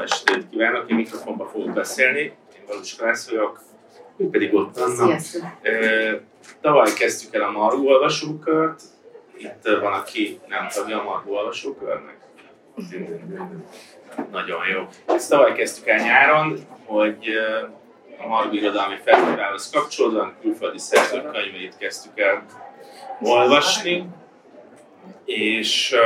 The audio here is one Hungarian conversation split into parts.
estét kívánok, én mikrofonba fogok beszélni, én Galuska László vagyok, ő pedig ott vannak. Tavaly kezdtük el a Margó olvasókört, itt van, aki nem tagja a Margó olvasókörnek. Nagyon jó. Ezt tavaly kezdtük el nyáron, hogy a Margó Irodalmi Fesztiválhoz kapcsolódóan külföldi szerzők könyveit kezdtük el olvasni, és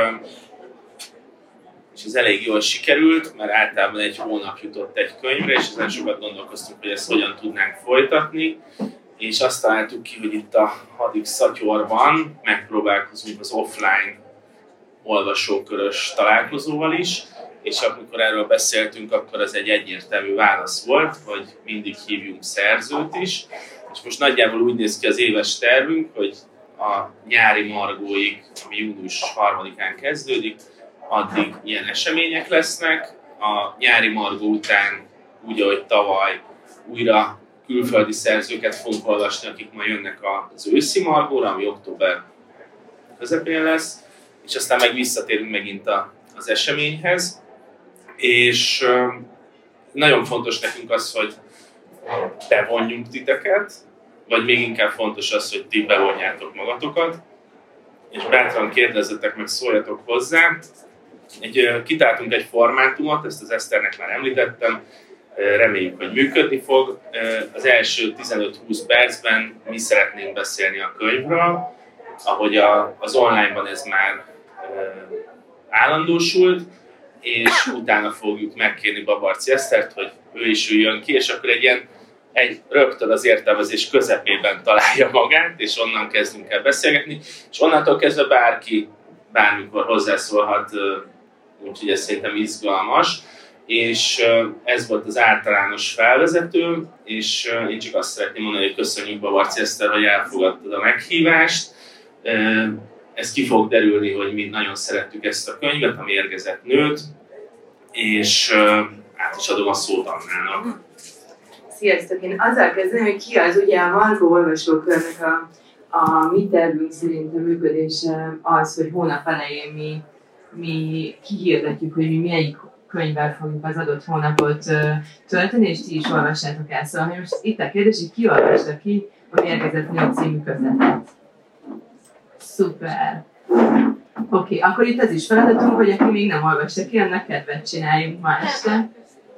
ez elég jól sikerült, mert általában egy hónap jutott egy könyvre, és ezen sokat gondolkoztunk, hogy ezt hogyan tudnánk folytatni, és azt találtuk ki, hogy itt a Hadik Szatyorban megpróbálkozunk az offline olvasókörös találkozóval is, és amikor erről beszéltünk, akkor az egy egyértelmű válasz volt, hogy mindig hívjunk szerzőt is, és most nagyjából úgy néz ki az éves tervünk, hogy a nyári Margóig, ami június 3-án kezdődik, addig ilyen események lesznek. A nyári Margó után, úgy ahogy tavaly, újra külföldi szerzőket fogunk olvasni, akik majd jönnek az őszi Margóra, ami október közepén lesz, és aztán meg visszatérünk megint az eseményhez. És nagyon fontos nekünk az, hogy bevonjunk titeket, vagy még inkább fontos az, hogy ti bevonjátok magatokat, és bátran kérdezzetek meg, szóljatok hozzá. Kitáltunk egy formátumot, ezt az Eszternek már említettem, reméljük, hogy működni fog. Az első 15-20 percben mi szeretnénk beszélni a könyvről, ahogy az online-ban ez már állandósult, és utána fogjuk megkérni Babarczy Esztert, hogy ő is üljön ki, és akkor rögtön az értelmezés közepében találja magát, és onnan kezdünk el beszélgetni, és onnantól kezdve bárki bármikor hozzászólhat, úgyhogy ez szerintem izgalmas. És ez volt az általános felvezető, és én csak azt szeretném mondani, hogy köszönjük Babarczy Eszter, hogy elfogadtad a meghívást. Ez ki fog derülni, hogy mi nagyon szerettük ezt a könyvet, a Mérgezett nőt, és át is adom a szót Annának. Sziasztok! Én azzal kezdeném, hogy ki az, ugye a Margó olvasókörnek a mi tervünk szerint a működése az, hogy hónap elején mi kihirdetjük, hogy mi melyik könyvvel fogjuk az adott hónapot tölteni, és ti is olvassátok el. Szóval most itt a kérdés, hogy ki olvasta ki a Mérgezett nő című kötetet. Szuper! Oké, akkor itt az is feladatunk, hogy aki még nem olvasta ki, annak kedvet csináljunk ma este.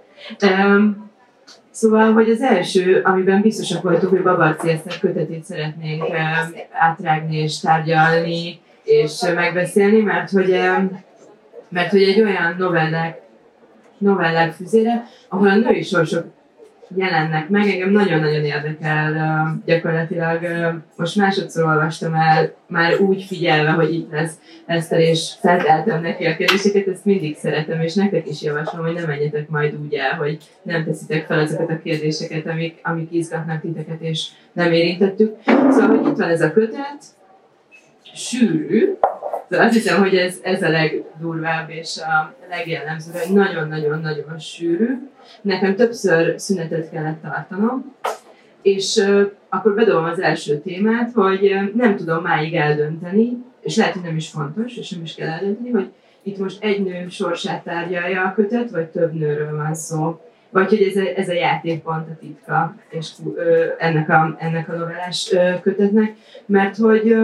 Szóval, hogy az első, amiben biztosak voltunk, hogy Babarczy Eszter kötetét szeretnénk átrágni és tárgyalni és megbeszélni, mert hogy egy olyan novellák füzére, ahol a női sorsok jelennek meg, engem nagyon-nagyon érdekel, gyakorlatilag most másodszor olvastam el, már úgy figyelve, hogy itt lesz Eszter, és felteltem neki a kérdéseket, ezt mindig szeretem, és nektek is javaslom, hogy ne menjetek majd úgy el, hogy nem teszitek fel azokat a kérdéseket, amik izgatnak titeket, és nem érintettük. Szóval, hogy itt van ez a kötet, sűrű, szóval azt hiszem, hogy ez a legdurvább és a legjellemzőbb, hogy nagyon-nagyon-nagyon sűrű. Nekem többször szünetet kellett tartanom, és akkor bedobom az első témát, hogy nem tudom máig eldönteni, és lehet, hogy nem is fontos, és nem is kell eldönteni, hogy itt most egy nő sorsát tárgyalja a kötet, vagy több nőről van szó. Vagy hogy ez a játékpont a titka és ennek a novellás kötetnek, mert hogy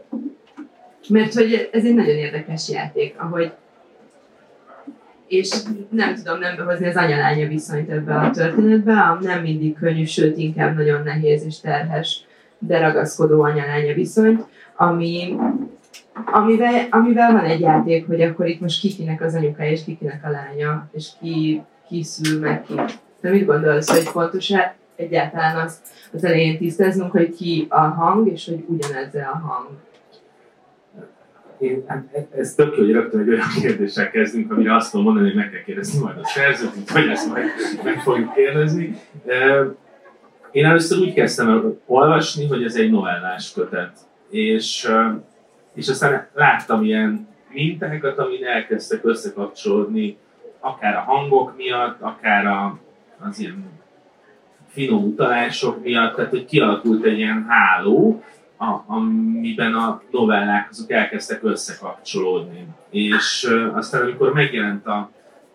ez egy nagyon érdekes játék, és nem tudom nem behozni az anya-lánya viszonyt ebbe a történetbe, nem mindig könnyű, sőt inkább nagyon nehéz és terhes, de ragaszkodó anya-lánya viszonyt, amivel van egy játék, hogy akkor itt most kikinek az anyuka és kikinek a lánya, és ki szül meg ki. De mit gondolsz, hogy fontos egyáltalán az elején tisztáznunk, hogy ki a hang, és hogy ugyanezzel a hang? Ez tök jó, hogy rögtön egy olyan kérdéssel kezdünk, amire azt tudom mondani, hogy meg kell kérdezni majd a szerzőt, vagy ezt majd meg fogjuk kérdezni. Én először úgy kezdtem el olvasni, hogy ez egy novellás kötet. És aztán láttam ilyen mintákat, amin elkezdtek összekapcsolódni, akár a hangok miatt, akár az ilyen finom utalások miatt, tehát hogy kialakult egy ilyen háló, amiben a novellák azok elkezdtek összekapcsolódni. És aztán amikor megjelent a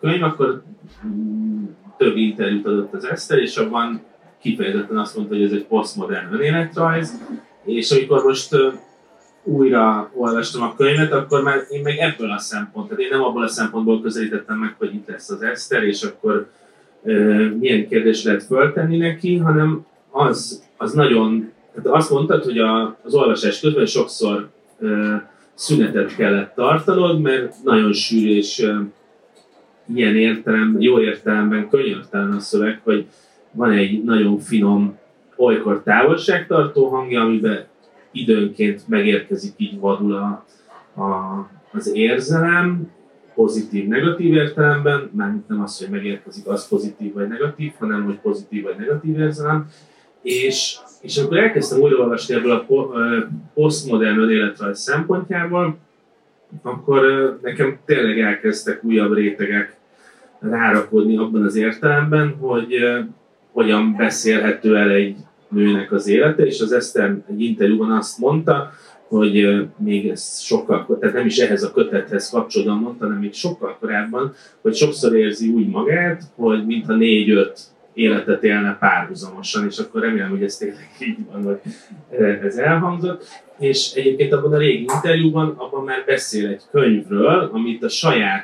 könyv, akkor több interjút adott az Eszter, és abban kifejezetten azt mondta, hogy ez egy posztmodern önéletrajz, és amikor most újra olvastam a könyvet, akkor már én meg ebből a szempontból, én nem abból a szempontból közelítettem meg, hogy itt lesz az Eszter, és akkor milyen kérdést lehet föltenni neki, hanem az nagyon, tehát azt mondtad, hogy az olvasás közben sokszor szünetet kellett tartanod, mert nagyon sűrű és ilyen jó értelemben könyörtelen a szöveg, hogy van egy nagyon finom, olykor távolságtartó hangja, amiben időnként megérkezik így vadul az érzelem, pozitív-negatív értelemben, mármint nem az, hogy megérkezik az pozitív vagy negatív, hanem hogy pozitív vagy negatív érzelem. És amikor elkezdtem újraolvasni ebből a posztmodern önéletrajz szempontjából, akkor nekem tényleg elkezdtek újabb rétegek rárakodni abban az értelemben, hogy hogyan beszélhető el egy nőnek az élete, és az Eszter egy interjúban azt mondta, hogy még ez sokkal, tehát nem is ehhez a kötethez kapcsolódóan mondta, hanem még sokkal korábban, hogy sokszor érzi úgy magát, hogy mintha 4-5 életet élne párhuzamosan, és akkor remélem, hogy ez tényleg így van, hogy ez elhangzott. És egyébként abban a régi interjúban, abban már beszél egy könyvről, amit a saját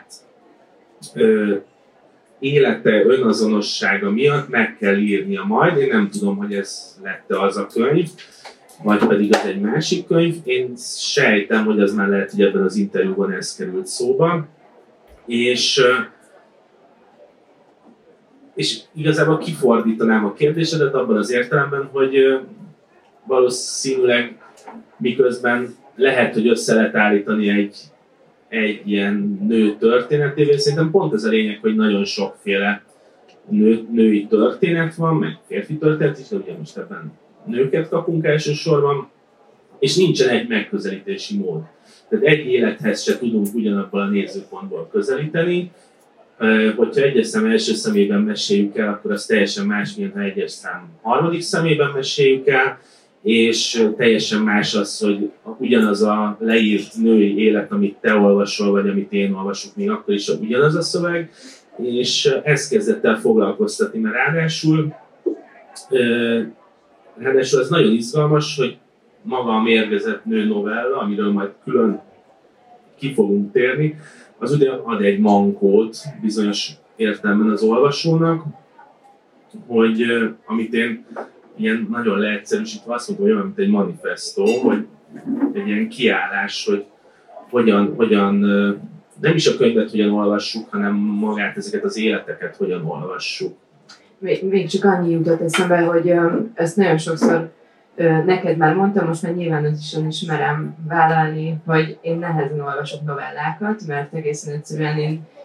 élete, önazonossága miatt meg kell írnia majd. Én nem tudom, hogy ez lett az a könyv, vagy pedig az egy másik könyv. Én sejtem, hogy az már lehet, hogy ebben az interjúban ez került szóba. És igazából kifordítanám a kérdésedet abban az értelemben, hogy valószínűleg miközben lehet, hogy össze lehet állítani egy ilyen nő történetével, szerintem pont ez a lényeg, hogy nagyon sokféle női történet van, meg férfi történet is, de ugye most ebben nőket kapunk elsősorban, és nincsen egy megközelítési mód. Tehát egy élethez se tudunk ugyanabban a nézőpontból közelíteni. Hogyha egyes szám első szemében meséljük el, akkor az teljesen más, mint ha egyes szám harmadik szemében meséljük el, és teljesen más az, hogy ugyanaz a leírt női élet, amit te olvasol, vagy amit én olvasok, még akkor is ugyanaz a szöveg, és ez kezdett el foglalkoztatni, mert ráadásul ez nagyon izgalmas, hogy maga a Mérgezett nő novella, amiről majd külön ki fogunk térni, az ugye ad egy mankót bizonyos értelemben az olvasónak, hogy amit én ilyen nagyon leegyszerűsítve azt mondom, hogy olyan, mint egy manifestó, vagy egy ilyen kiállás, hogy hogyan nem is a könyvet hogyan olvassuk, hanem magát ezeket az életeket hogyan olvassuk. Még csak annyi jutott eszembe, hogy ezt nagyon sokszor neked már mondtam, most már nyilvánosan is merem vállalni, hogy én nehezen olvasok novellákat, mert egészen egyszerűen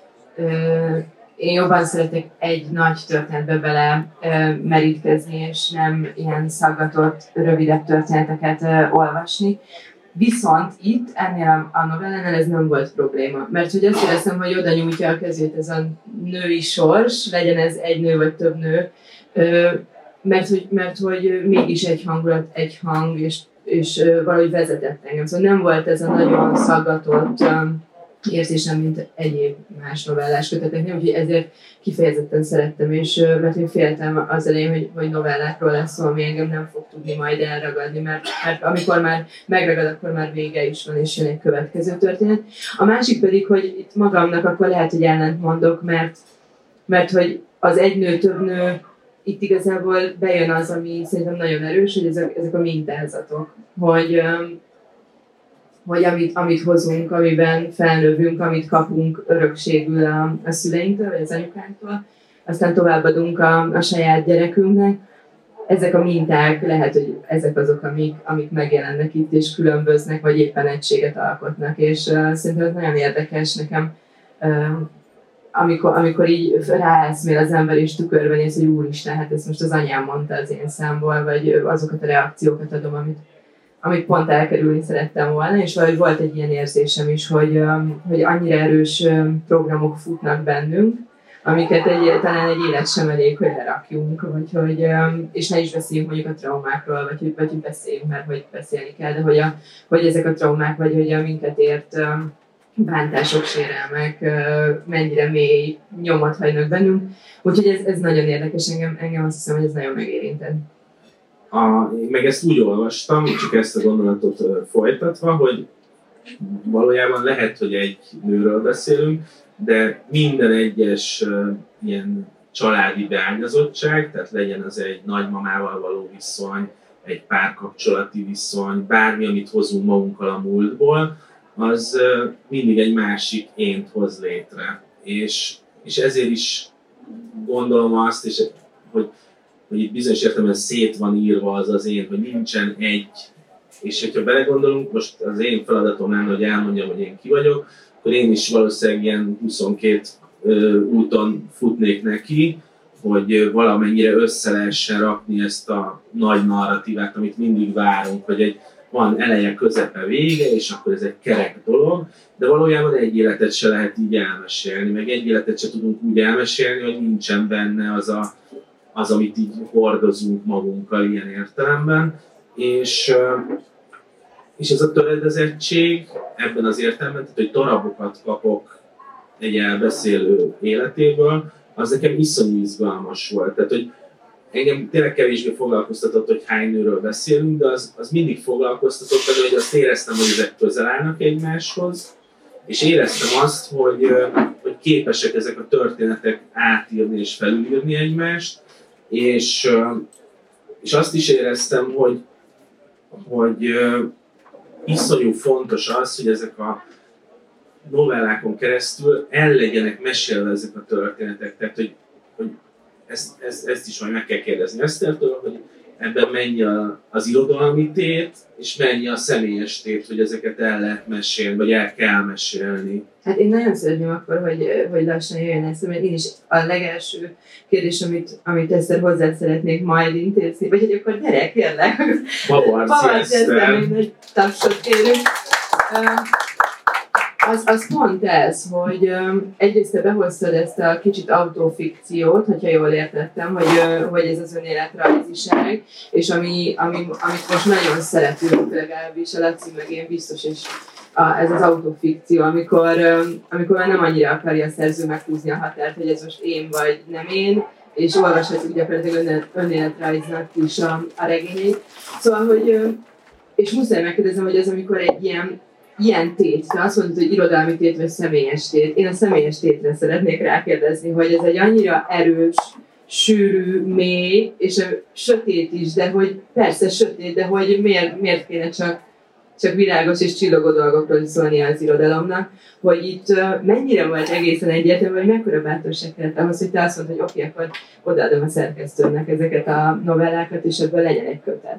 én jobban szeretek egy nagy történetbe bele merítkezni, és nem ilyen szaggatott, rövidebb történeteket olvasni. Viszont itt, ennél a novellánál ez nem volt probléma. Mert hogy azt éreztem, hogy oda nyújtja a kezét ez a női sors, legyen ez egy nő vagy több nő, mert hogy mégis egy hangulat, egy hang, és valahogy vezetett engem. Szóval nem volt ez a nagyon szaggatott érzésem, mint egyéb más novellás köteteknél, úgyhogy ezért kifejezetten szerettem, és mert én féltem az elején, hogy novellákról lesz szó, ami engem nem fog tudni majd elragadni, mert amikor már megragad, akkor már vége is van, és jön egy következő történet. A másik pedig, hogy itt magamnak akkor lehet, hogy ellent mondok, mert hogy az egy nő, több nő, itt igazából bejön az, ami szerintem nagyon erős, hogy ezek a mintázatok, hogy amit hozunk, amiben felnövünk, amit kapunk örökségül a szüleinktől, vagy az anyukánktól, aztán továbbadunk a saját gyerekünknek. Ezek a minták lehet, hogy ezek azok, amik megjelennek itt, és különböznek, vagy éppen egységet alkotnak. És szerintem ez nagyon érdekes nekem, amikor így ráeszmél az ember, és tükörben néz, hogy úristen, hát ezt most az anyám mondta az én számból, vagy azokat a reakciókat adom, amit pont elkerülni szerettem volna, és valahogy volt egy ilyen érzésem is, hogy annyira erős programok futnak bennünk, amiket talán egy élet sem elég, hogy lerakjunk, és ne is beszéljünk mondjuk a traumákról, vagy hogy beszéljünk, mert hogy beszélni kell, de hogy ezek a traumák, vagy hogy minket ért bántások, sérelmek mennyire mély nyomot hagynak bennünk. Úgyhogy ez nagyon érdekes, engem azt hiszem, hogy ez nagyon megérintett. Meg ezt úgy olvastam, csak ezt a gondolatot folytatva, hogy valójában lehet, hogy egy nőről beszélünk, de minden egyes ilyen családi beágyazottság, tehát legyen az egy nagymamával való viszony, egy párkapcsolati viszony, bármi, amit hozunk magunkkal a múltból, az mindig egy másik ént hoz létre. És ezért is gondolom azt, hogy itt bizonyos értelemben szét van írva az én, hogy nincsen egy. És hogyha belegondolunk, most az én feladatom lenne, hogy elmondjam, hogy én ki vagyok, akkor én is valószínűleg ilyen 22 úton futnék neki, hogy valamennyire össze lehessen rakni ezt a nagy narratívát, amit mindig várunk, hogy van eleje, közepe, vége, és akkor ez egy kerek dolog, de valójában egy életet se lehet így elmesélni, meg egy életet se tudunk úgy elmesélni, hogy nincsen benne az amit így hordozunk magunkkal ilyen értelemben, és ez a töredezettség ebben az értelemben, tehát hogy darabokat kapok egy elbeszélő életéből, az nekem iszonyú izgalmas volt. Tehát, hogy engem tényleg kevésbé foglalkoztatott, hogy hány nőről beszélünk, de az mindig foglalkoztatott benne, hogy azt éreztem, hogy ezek közel állnak egymáshoz, és éreztem azt, hogy képesek ezek a történetek átírni és felülírni egymást, és azt is éreztem, hogy iszonyú fontos az, hogy ezek a novellákon keresztül el legyenek mesélve ezek a történetek. Tehát, hogy ezt is majd meg kell kérdezni Esztertől, hogy ebben mennyi az irodalmi tét, és mennyi a személyes tét, hogy ezeket el lehet mesélni, vagy el kell mesélni. Hát én nagyon szeretném akkor, hogy lassan jöjjön ezt, mert én is a legelső kérdés, amit Eszter hozzád szeretnék majd intézni, vagy hogy akkor gyere, kérlek. Babarci Eszter. Még egy tapsot kérünk. Az pont ez, hogy egyrészt te behoztad ezt a kicsit autofikciót, hogyha jól értettem, hogy ez az önéletrajziság, és amit most nagyon szeretünk, legalábbis a Laci meg én biztos, és ez az autofikció, amikor már nem annyira akarja a szerző meghúzni a határt, hogy ez most én vagy nem én, és olvashatjuk gyakorlatilag önéletrajznak is a regényét. Szóval, hogy és muszáj megkérdezem, hogy az, amikor egy ilyen tét, te azt mondod, hogy irodalmi tét vagy személyes tét. Én a személyes tétre szeretnék rákérdezni, hogy ez egy annyira erős, sűrű, mély, és a sötét is, de hogy persze sötét, de hogy miért kéne csak világos és csillogó dolgokról szólnia az irodalomnak, hogy itt mennyire volt egészen egyértelmű, hogy mekkora bátorság kellett ahhoz, hogy te azt mondod, hogy oké, akkor odaadom a szerkesztőnek ezeket a novellákat, és ebből legyen egy kötet.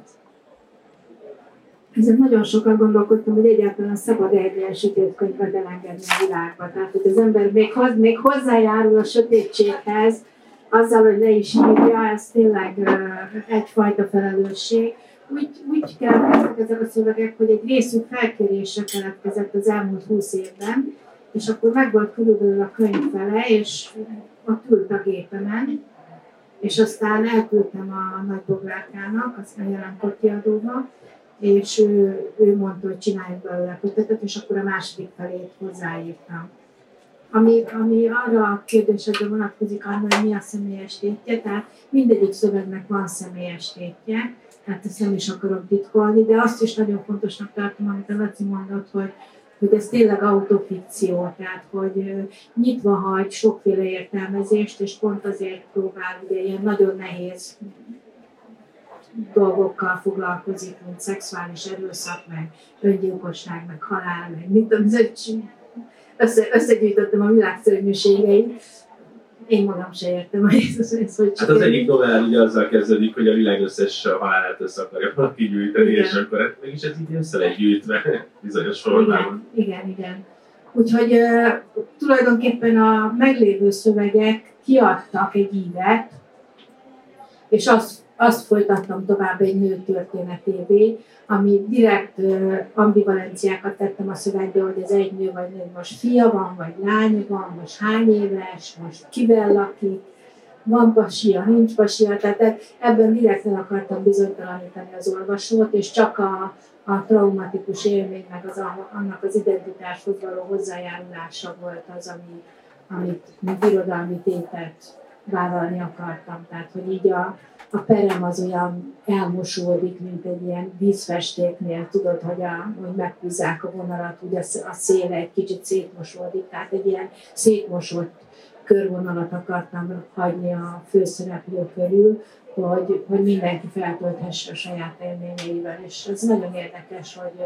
Ezen nagyon sokan gondolkodtam, hogy egyáltalán szabad egy ilyen sötét könyvet elengedni a világba. Tehát, hogy az ember még hozzájárul a sötétséghez, azzal, hogy le is írja, ez tényleg egyfajta felelősség. Úgy keletkeztek ezek a szövegek, hogy egy részük felkérésre keletkezett az elmúlt 20 évben, és akkor megvolt körülbelül a könyv fele, és ott ült a gépemen, és aztán elküldtem a Nagyboglárkának, aztán jelent kiadóba, és ő mondta, hogy csináljuk belőle kötetet, és akkor a második felét hozzáírtam. Ami arra a kérdésedre vonatkozik, hogy mi a személyes tétje, tehát mindegyik szövegnek van személyes tétje, tehát ezt nem is akarom titkolni, de azt is nagyon fontosnak tartom, amit a Laci mondott, hogy ez tényleg autofikció, tehát hogy nyitva hagy sokféle értelmezést, és pont azért próbál ugye ilyen nagyon nehéz dolgokkal foglalkozik, mint szexuális erőszak, meg öngyilkosság, meg halál, meg mit tudom, összegyűjtöttem a világ szörnyűségeit. Én magam se értem, hogy ez hogy hát az egyik novell ugye azzal kezdődik, hogy a világ összes halálát össze akarja valaki gyűjteni, igen. És akkor mégis ez így össze lett gyűjtve bizonyos formában. Igen. Úgyhogy tulajdonképpen a meglévő szövegek kiadtak egy ívet, és azt folytattam tovább egy nő történetévé, ami direkt ambivalenciákat tettem a szövegbe, hogy ez egy nő, vagy nő, most fia van, vagy lánya van, most hány éves, most kivel lakik, van pasia, nincs pasia, tehát ebben direkt el akartam bizonytalanítani az olvasót, és csak a traumatikus élmény, meg annak az identitáshoz való hozzájárulása volt az, amit irodalmi tételt vállalni akartam. Tehát, hogy így a perem az olyan elmosódik, mint egy ilyen vízfestéknél, tudod, hogy meghúzzák a vonalat, úgy a széle egy kicsit szétmosódik, tehát egy ilyen szétmosott körvonalat akartam hagyni a főszereplő körül, hogy mindenki feltölthesse a saját élményeivel, és ez nagyon érdekes, hogy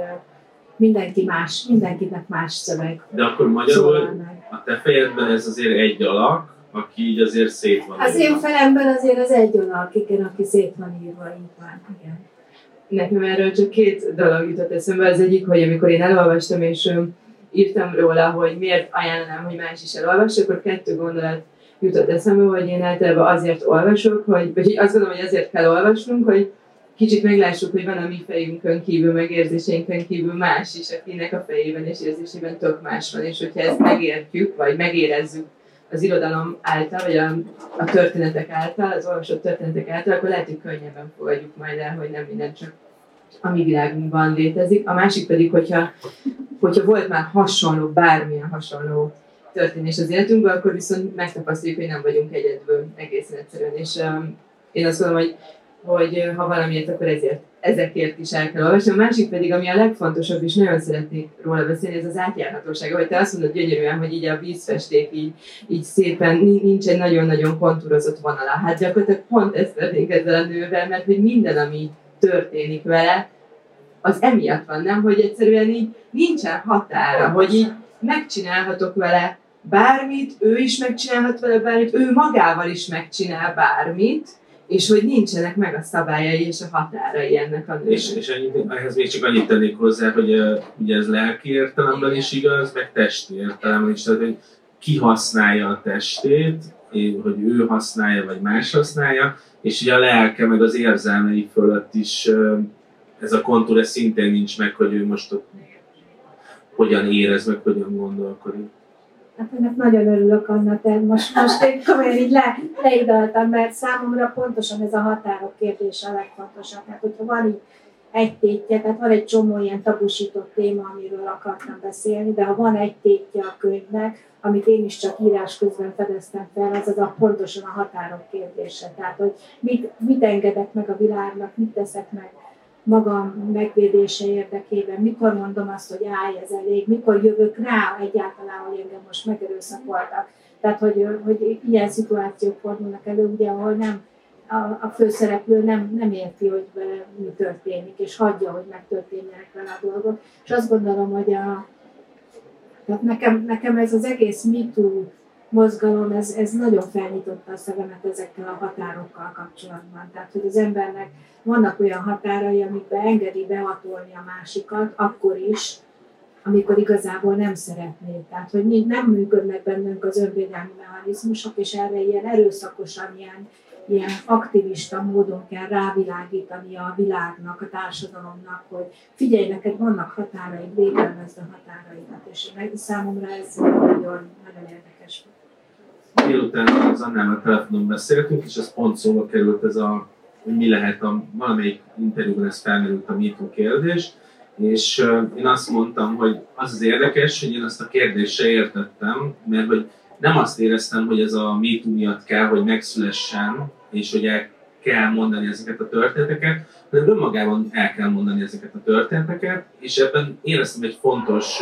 mindenkinek más szöveg. De akkor magyarul a te fejedben ez azért egy alak, aki így azért szét van az írva. Én felemben azért az egy alak, igen, aki szét van írva, így van, igen. Nekem erről csak két dolog jutott eszembe. Az egyik, hogy amikor én elolvastam, és írtam róla, hogy miért ajánlanám, hogy más is elolvassa, akkor 2 gondolat jutott eszembe, hogy én általában azért olvasok, vagy azt gondolom, hogy azért kell olvasnunk, hogy kicsit meglássuk, hogy van a mi fejünkön kívül, meg érzéseinkön kívül más is, akinek a fejében és érzésében tök más van, és hogyha ezt megértjük, vagy megérezzük az irodalom által, vagy a történetek által, az olvasott történetek által, akkor lehet, hogy könnyebben fogadjuk majd el, hogy nem minden csak a mi világunkban létezik. A másik pedig, hogyha volt már hasonló, bármilyen hasonló történés az életünkben, akkor viszont megtapasztaljuk, hogy nem vagyunk egyedül egészen egyszerűen. És én azt gondolom, hogy ha valamiért, akkor ezekért is el kell olvasni. A másik pedig, ami a legfontosabb, és nagyon szeretnék róla beszélni, ez az átjárhatósága. Hogy te azt mondod gyönyörűen, hogy így a vízfesték így szépen, nincs egy nagyon-nagyon kontúrozott vonala. Hát gyakorlatilag pont ez történik ezzel a nővel, mert hogy minden, ami történik vele, az emiatt van, nem? Hogy egyszerűen így nincsen határa, hogy így megcsinálhatok vele bármit, ő is megcsinálhat vele bármit, ő magával is megcsinál bármit, és hogy nincsenek meg a szabályai és a határai ennek a nőnek. És ehhez még csak annyit tennék hozzá, hogy ugye ez lelki értelemben is igaz, meg testi értelemben is, tehát hogy ki használja a testét, hogy ő használja, vagy más használja, és ugye a lelke meg az érzelmei fölött is ez a kontúr szintén nincs meg, hogy ő most ott hogyan érez, meg hogyan gondolkodik. Hát ennek nagyon örülök, Anna, te most én komolyan így leidaltam, mert számomra pontosan ez a határok kérdése a legfontosabb. Mert hogyha van így egy tétje, tehát van egy csomó ilyen tabusított téma, amiről akartam beszélni, de ha van egy tétje a könyvnek, amit én is csak írás közben fedeztem fel, az pontosan a határok kérdése. Tehát, hogy mit engedek meg a világnak, mit teszek meg magam megvédése érdekében, mikor mondom azt, hogy állj, ez elég, mikor jövök rá egyáltalán, hogy engem most megerőszakoltak. Tehát, hogy ilyen szituációk fordulnak elő, ugye, ahol nem, a főszereplő nem érti, hogy vele mi történik, és hagyja, hogy megtörténjenek vele a dolgok. És azt gondolom, hogy tehát nekem ez az egész MeToo mozgalom, ez nagyon felnyitotta a szememet ezekkel a határokkal kapcsolatban. Tehát, hogy az embernek vannak olyan határai, amikben engedi behatolni a másikat, akkor is, amikor igazából nem szeretné. Tehát, hogy nem működnek bennünk az önvédelmi mechanizmusok, és erre ilyen erőszakosan, ilyen aktivista módon kell rávilágítani a világnak, a társadalomnak, hogy figyelj, neked vannak határaid, védelmezd a határaidat, és számomra ez nagyon, nagyon érdekes. Délután az Annával telefonon beszéltünk, és ez pont szóba került hogy mi lehet valamelyik interjúban ez felmerült a MeToo kérdés, és én azt mondtam, hogy az érdekes, hogy én azt a kérdést se értettem, mert hogy nem azt éreztem, hogy ez a MeToo miatt kell, hogy megszülessen, és hogy el kell mondani ezeket a történeteket, hanem önmagában el kell mondani ezeket a történeteket, és ebben éreztem egy fontos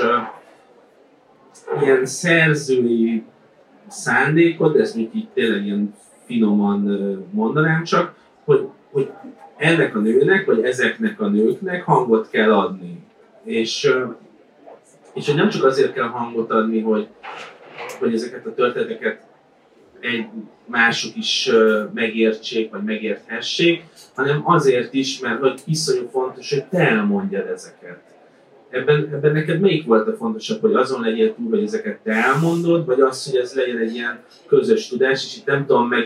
ilyen szerzői szándékot, ezt még így tényleg ilyen finoman mondanám csak, hogy ennek a nőnek, vagy ezeknek a nőknek hangot kell adni. És hogy nem csak azért kell hangot adni, hogy ezeket a történeteket mások is megértsék, vagy megérthessék, hanem azért is, mert hogy iszonyú fontos, hogy te elmondjad ezeket. Ebben neked melyik volt a fontosabb, hogy azon legyél túl, hogy ezeket te elmondod, vagy az, hogy ez legyen egy ilyen közös tudás, és itt nem tudom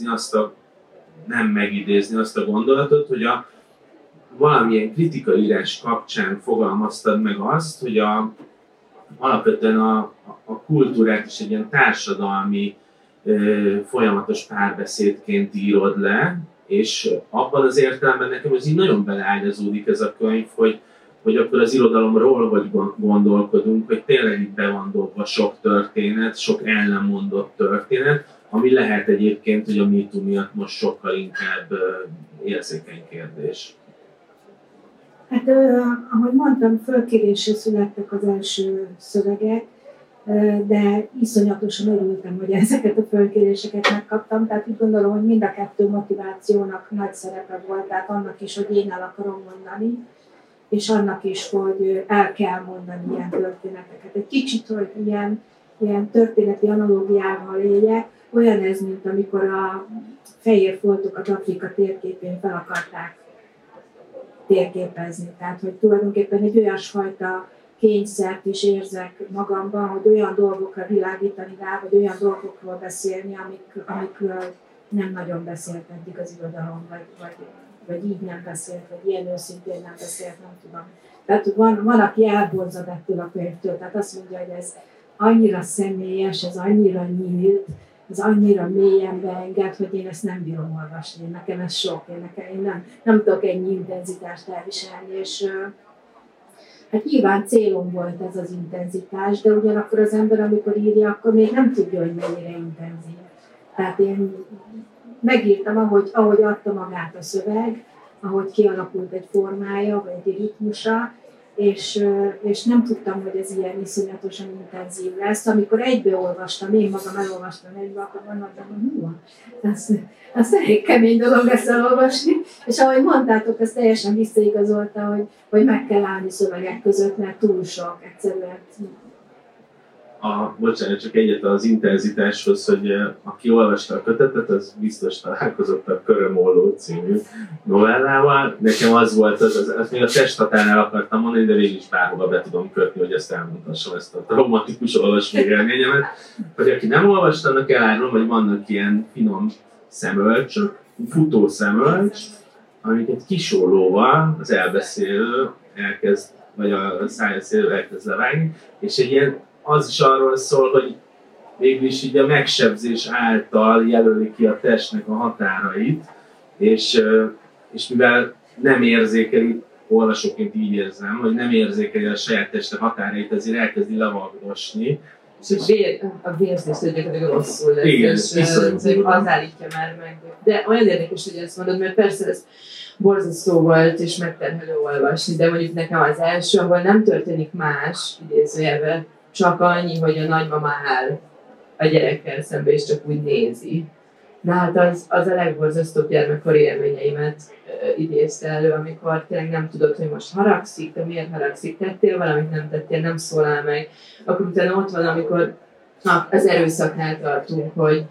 megidézni azt a gondolatot, hogy valamilyen kritikaírás kapcsán fogalmaztad meg azt, hogy alapvetően a kultúrát is egy ilyen társadalmi folyamatos párbeszédként írod le, és abban az értelemben nekem ez így nagyon beleágyazódik ez a könyv, hogy akkor az irodalomról hogy gondolkodunk, hogy tényleg itt be van dobva sok történet, sok el nem mondott történet, ami lehet egyébként, hogy a MeToo miatt most sokkal inkább érzékeny kérdés. Hát, ahogy mondtam, fölkérésre születtek az első szövegek, de iszonyatosan örültem, hogy ezeket a fölkéréseket megkaptam, tehát úgy gondolom, hogy mind a kettő motivációnak nagy szerepe volt, tehát annak is, hogy én el akarom mondani, és annak is, hogy el kell mondani ilyen történeteket. Egy kicsit, hogy ilyen történeti analógiával éljek, olyan ez, mint amikor a fehér foltokat Afrika térképén fel akarták térképezni. Tehát, hogy tulajdonképpen egy olyasfajta kényszert is érzek magamban, hogy olyan dolgokra világítani rá, vagy olyan dolgokról beszélni, amikről nem nagyon beszélt eddig az irodalom, vagy így nem beszélt, vagy ilyen őszintén nem beszélt, nem tudom. Tehát van aki elborzad ettől a könyvtől, tehát azt mondja, hogy ez annyira személyes, ez annyira nyílt, ez annyira mélyen beenged, hogy én ezt nem bírom olvasni, nekem ez sok, én nem tudok ennyi intenzitást elviselni, és hát nyilván célom volt ez az intenzitás, de ugyanakkor az ember, amikor írja, akkor még nem tudja, hogy mennyire intenzív. Tehát én megírtam, ahogy adta magát a szöveg, ahogy kialakult egy formája, vagy egy ritmusa, és nem tudtam, hogy ez ilyen iszonyatosan intenzív lesz. Amikor egybeolvastam, én magam elolvastam egybe, akkor gondoltam, hogy az elég kemény dolog ezt elolvasni, és ahogy mondtátok, ez teljesen visszaigazolta, hogy meg kell állni szövegek között, mert túl sok egyszerűen. Bocsánat, csak egyet az intenzitáshoz, hogy aki olvasta a kötetet, az biztos találkozott a Körömolló című novellával. Nekem az volt, azt még a testhatárnál akartam mondani, de végig is bárhova be tudom kötni, hogy ezt elmondhassam, ezt a traumatikus olvasmány élményemet. Hogy aki nem olvasta, annak elárulom, hogy vannak ilyen finom szemölcsök, futó szemölcs, amiket kisólóval az elbeszélő elkezd, vagy a szájbeszélő elkezd levágni, és egy ilyen az is arról szól, hogy végül is így a megsebzés által jelöli ki a testnek a határait, és mivel nem érzékeli, olvasóként így érzem, hogy nem érzékeli a saját teste határait, ezért elkezdi lavagdosni. A vérzés gyakorlatilag rosszul lesz, igen, és az állítja már meg. De olyan érdekes, hogy ezt mondod, mert persze ez borzasztó volt és megterhelő olvasni, de mondjuk nekem az első, ahol nem történik más, idézőjelben, csak annyi, hogy a nagymama áll a gyerekkel szembe, és csak úgy nézi. De hát az a legborzasztóbb gyermekkori élményeimet idézte elő, amikor tényleg nem tudod, hogy most haragszik, de miért haragszik, tettél valamit, nem tettél, nem szólál meg. Akkor utána ott van, amikor az erőszaknál tartunk, hogy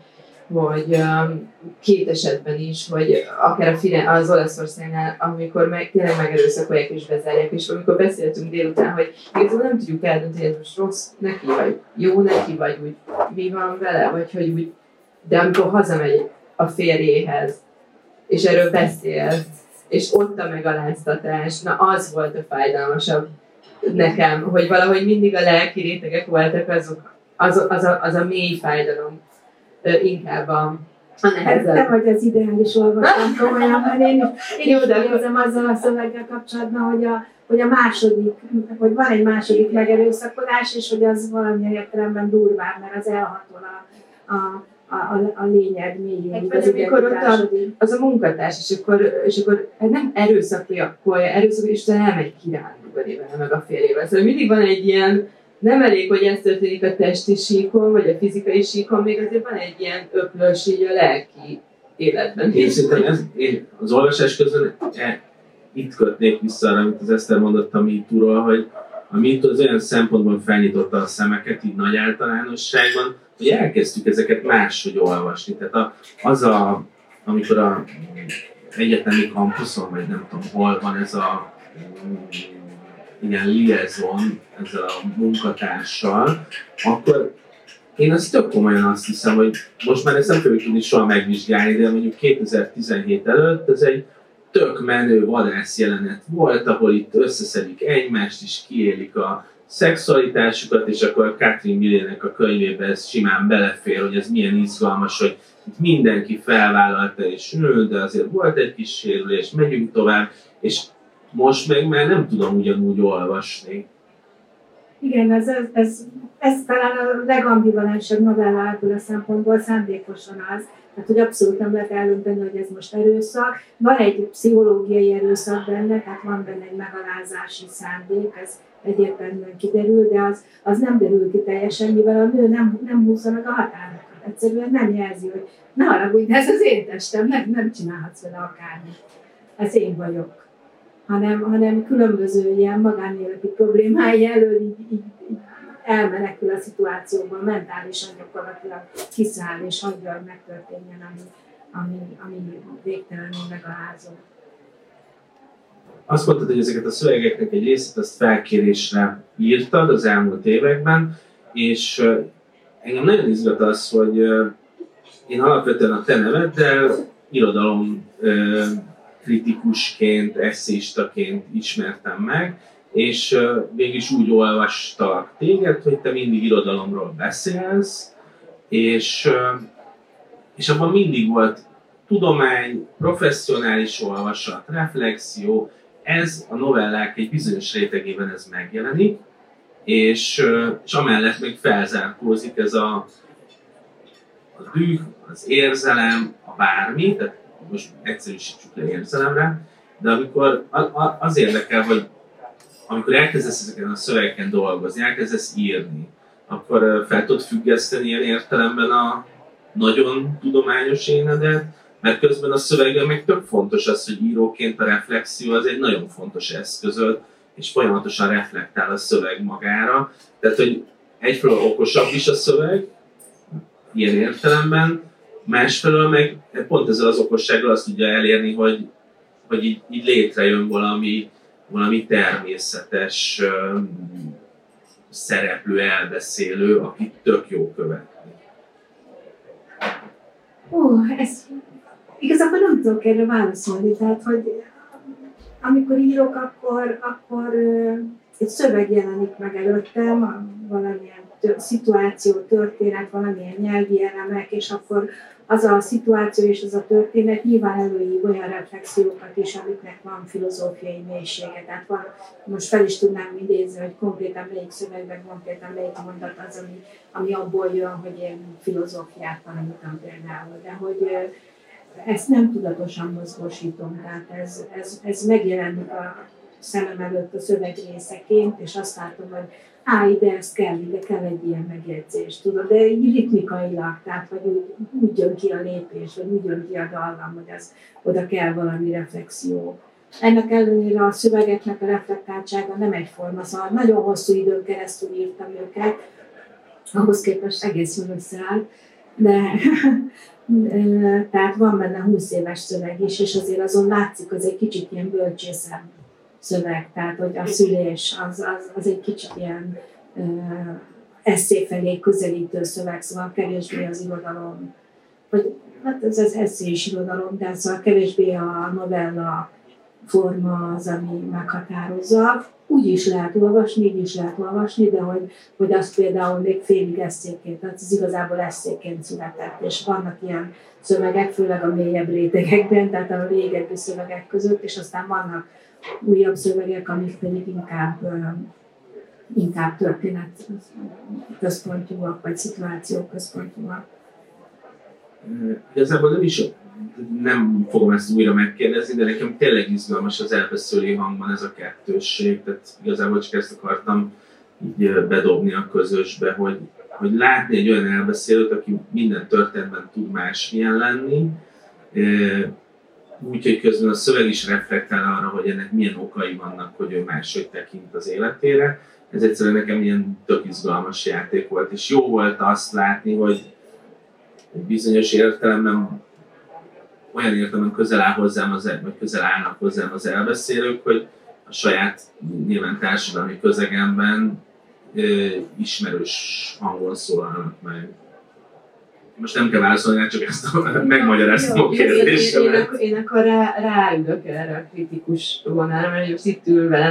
két esetben is, hogy akár az Olaszországnál, amikor tényleg megerőszakolják és bezárják, és amikor beszéltünk délután, hogy igazából nem tudjuk eldönteni, hogy most rossz neki, vagy jó neki, vagy úgy mi van vele, vagy hogy úgy, de amikor hazamegy a férjéhez, és erről beszél, és ott a megaláztatás, na az volt a fájdalmasabb nekem, hogy valahogy mindig a lelki rétegek voltak az a mély fájdalom, inkább a nehezebb. Te vagy az ideális olvasónk komolyan, mert én is érzem azzal a szöveggel kapcsolatban, hogy a második, hogy van egy második megerőszakolás, és hogy az valamilyen értelemben durvább, mert az elhatol a lényeg mélyén. Hát, amikor ott az a munkatárs, és akkor hát nem erőszakolja, és utána elmegy kirándulni vele, meg a férjével. Szóval mindig van egy ilyen, nem elég, hogy ez történik a testi síkon, vagy a fizikai síkon, még azért van egy ilyen öplös így a lelki életben. Én szerintem én az olvasás közben itt kötnék vissza arra, amit az Eszter mondott a MeToo-ról, hogy a MeToo az olyan szempontból felnyitotta a szemeket, így nagy általánosságban, hogy elkezdtük ezeket máshogy olvasni. Tehát amikor a egyetemi kampuszon, vagy nem tudom hol van ez a ilyen liaison ezzel a munkatársal, akkor én azt tök komolyan azt hiszem, hogy most már ezt nem fogjuk tudni soha megvizsgálni, de mondjuk 2017 előtt ez egy tök menő vadász jelenet volt, ahol itt összeszedik egymást és kiélik a szexualitásukat, és akkor Catherine Millének a könyvébe ez simán belefér, hogy ez milyen izgalmas, hogy itt mindenki felvállalta, és de azért volt egy kis sérülés, megyünk tovább, és most meg már nem tudom ugyanúgy olvasni. Igen, ez talán a legambivalensebb novella ebből a szempontból szándékosan az, tehát hogy abszolút nem lehet eldönteni, hogy ez most erőszak. Van egy pszichológiai erőszak benne, tehát van benne egy megalázási szándék, ez egyértelműen kiderül, de az nem derül ki teljesen, mivel a nő nem húzza meg a határokat. Egyszerűen nem jelzi, hogy ne haragudj, de ez az én testem, nem csinálhatsz vele akármit. Ez én vagyok. Hanem különböző ilyen magánéleti problémái elől így elmenekül a szituációban, mentálisan gyakorlatilag kiszáll és hagyja, hogy megtörténjen, ami végtelenül megalázó. Azt mondtad, hogy ezeket a szövegeknek egy részét azt felkérésre írtad az elmúlt években, és engem nagyon izgat az, hogy én alapvetően a te neveddel irodalom kritikusként, esszéistaként ismertem meg, és mégis úgy olvastalak téged, hogy te mindig irodalomról beszélsz, és abban mindig volt tudomány, professzionális olvasat, reflexió, ez a novellák egy bizonyos rétegében ez megjelenik, és amellett még felzárkózik ez a düh, az érzelem, a bármi, tehát most egyszerűsítsük le érzelemre, de amikor az érdekel, hogy amikor elkezdesz ezeken a szövegeken dolgozni, elkezdesz írni, akkor fel tudod függeszteni ilyen értelemben a nagyon tudományos énedet, mert közben a szövegben meg tök fontos az, hogy íróként a reflexió az egy nagyon fontos eszközöd, és folyamatosan reflektál a szöveg magára. Tehát, hogy egyfelől okosabb is a szöveg, ilyen értelemben, másfelől meg pont ezzel az okossággal azt tudja elérni, hogy így létrejön valami természetes szereplő, elbeszélő, akit tök jó követni. Igazából nem tudok erre válaszolni, tehát hogy amikor írok, akkor egy szöveg jelenik meg előttem, valamilyen szituáció, történet, valamilyen nyelvi elemek, és akkor az a szituáció és az a történet nyilván előív olyan reflexiókat is, amiknek van filozófiai mélysége. Tehát most fel is tudnám idézni, hogy konkrétan melyik szövegben, konkrétan melyik mondat az, ami abból jön, hogy én filozófiát tanítom például. De hogy ezt nem tudatosan mozgósítom, tehát ez megjelenik a szemem előtt a szöveg részeként, és azt látom, hogy ide ez kell, ide kell egy ilyen megjegyzés, tudod, de így ritmikailag, tehát hogy úgy jön ki a lépés, vagy úgy jön ki a dallam, hogy oda kell valami reflexió. Ennek ellenére a szövegeknek a reflektáltsága nem egyforma, szóval nagyon hosszú időn keresztül írtam őket, ahhoz képest egész jól összeáll, de tehát van benne 20 éves szöveg is, és azért azon látszik, az egy kicsit ilyen bölcsészebb szöveg, tehát hogy a szülés az egy kicsit ilyen esszé felé közelítő szöveg, szóval kevésbé az irodalom, vagy hát ez az esszés irodalom, de szóval kevésbé a novella forma az, ami meghatározza. Úgy is lehet olvasni, így is lehet olvasni, de hogy az például még félig eszéként, tehát az igazából eszéként született, és vannak ilyen szövegek, főleg a mélyebb rétegekben, tehát a régebbi szövegek között, és aztán vannak újabb szövegek, amik pedig inkább történet központúak, vagy szituáció központúak. Igazából nem fogom ezt újra megkérdezni, de nekem tényleg izgalmas az elbeszélő hangban ez a kettősség, tehát igazából csak ezt akartam így bedobni a közösbe, hogy látni egy olyan elbeszélőt, aki minden történetben tud másmilyen lenni, úgyhogy közben a szöveg is reflektál arra, hogy ennek milyen okai vannak, hogy ő máshogy tekint az életére. Ez egyszerűen nekem ilyen tök izgalmas játék volt, és jó volt azt látni, hogy bizonyos értelemben olyan értelemben közel áll hozzám vagy közel állnak hozzám az elbeszélők, hogy a saját nyilván társadalmi közegemben ismerős hangon szólalnak meg. Most nem kell válaszolni, csak ezt megmagyaráztam a kérdésemet. Én akkor ráülök erre a kritikus vonalra, mert most itt ül velem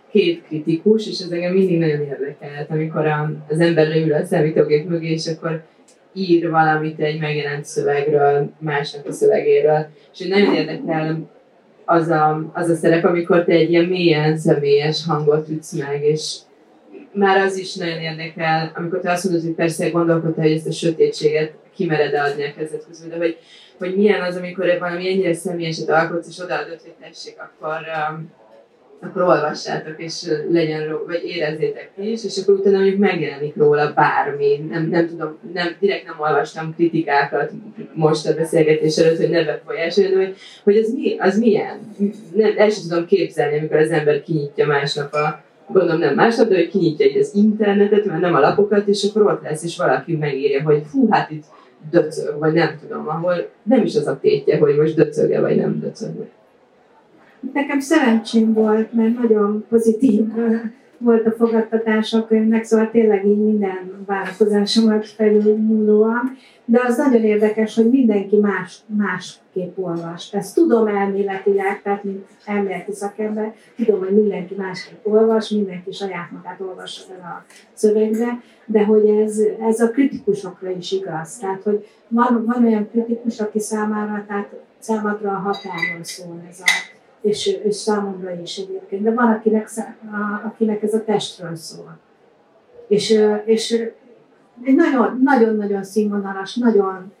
két kritikus, és ez engem mindig nagyon érdekelt, amikor az ember leül a számítógép mögé, és akkor ír valamit egy megjelent szövegről, másnak a szövegéről. És nagyon érdekel az a szerep, amikor te egy ilyen mélyen személyes hangot ütsz meg, és már az is nagyon érdekel, amikor te azt mondod, hogy persze gondolkodtál, hogy ezt a sötétséget kimered adni a kezed közül, de hogy milyen az, amikor valami ennyire személyeset alkotsz, és odaadod, hogy tessék, akkor olvassátok, és legyen róla, vagy érezzétek ti is, és akkor utána mondjuk megjelenik róla bármi. Nem tudom, direkt nem olvastam kritikákat most a beszélgetés előtt, hogy ne befolyásoljon, de hogy az milyen? El sem tudom képzelni, amikor az ember kinyitja másnap gondolom nem másnap, de hogy kinyitja így az internetet, mert nem a lapokat, és akkor ott lesz, és valaki megírja, hogy fú, hát itt döcög, vagy nem tudom, ahol nem is az a tétje, hogy most döcöge, vagy nem döcög. Nekem szerencsém volt, mert nagyon pozitív volt a fogadtatás a könyvnek, szóval tényleg így minden várakozásomat felülmúlóan, de az nagyon érdekes, hogy mindenki másképp olvas. Ezt tudom elméletileg, tehát mint elméleti szakember, tudom, hogy mindenki másképp olvas, mindenki saját magát olvassa el a szövegbe, de hogy ez a kritikusokra is igaz. Tehát, hogy van olyan kritikus, aki számára a határról szól ez és számomra is egyébként, de van, akinek ez a testről szól. És egy nagyon-nagyon színvonalas, nagyon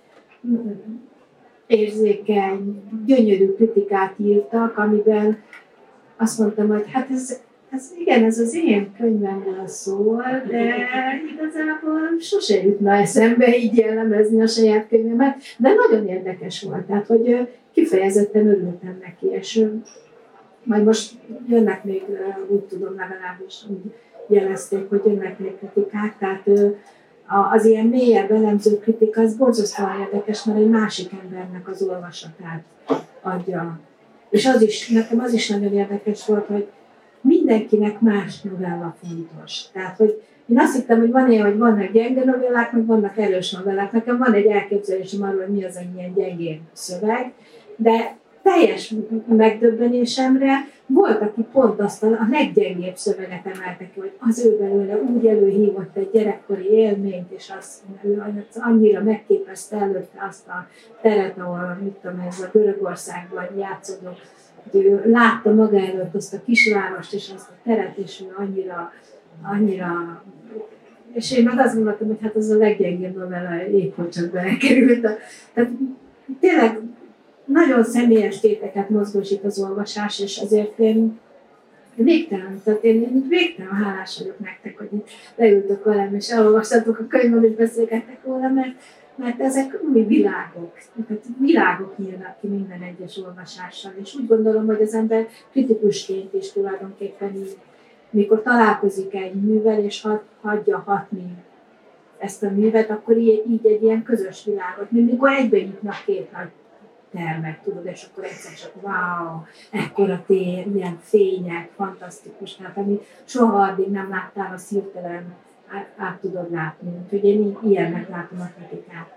érzékeny, gyönyörű kritikát írtak, amiben azt mondtam, hogy hát ez az én könyvemről szól, de igazából sose jutna eszembe így jellemezni a saját könyvemet, de nagyon érdekes volt, tehát hogy kifejezetten örültem neki, és majd most jönnek még, úgy tudom, legalábbis úgy jelezték, hogy jönnek még kritikák, tehát az ilyen mélyebb elemző kritika, az borzasztóan érdekes, mert egy másik embernek az olvasatát adja. És nekem az is nagyon érdekes volt, hogy mindenkinek más novella fontos. Tehát, hogy én azt hittem, hogy van ilyen, hogy vannak gyenge novellák, meg vannak erős novellák. Nekem van egy elképzelésem arról, hogy mi az, ami ilyen gyengén szöveg, de teljes megdöbbenésemre volt, aki pont azt a leggyengébb szöveget emelte ki, hogy az ő belőle úgy előhívott egy gyerekkori élményt, és ő annyira megképezte előtte azt a teret, ahol, mit tudom, ez a Görögországban játszódó, hogy ő látta maga előtt azt a kisvárost, és azt a teret, és ő annyira és én meg azt gondoltam, hogy hát az a leggyengébb novella, épp hogy csak belekerült. Tehát tényleg nagyon személyes téteket mozgósít az olvasás, és azért én végtelen hálás vagyok nektek, hogy itt leültök velem, és elolvastatok a könyvben, és beszélgettek róla, mert ezek új világok. Tehát világok nyílnak ki minden egyes olvasással, és úgy gondolom, hogy az ember kritikusként is tulajdonképpen így, mikor találkozik egy művel, és hagyja hatni ezt a művet, akkor így egy ilyen közös világot, mint mikor egyben nyitnak két nagy termek, tudod, és akkor egyszer csak wow, ekkora tér, ilyen fények, fantasztikus, tehát ami soha addig nem láttál, azt hirtelen át tudod látni. Úgyhogy én ilyennek látom a kritikát.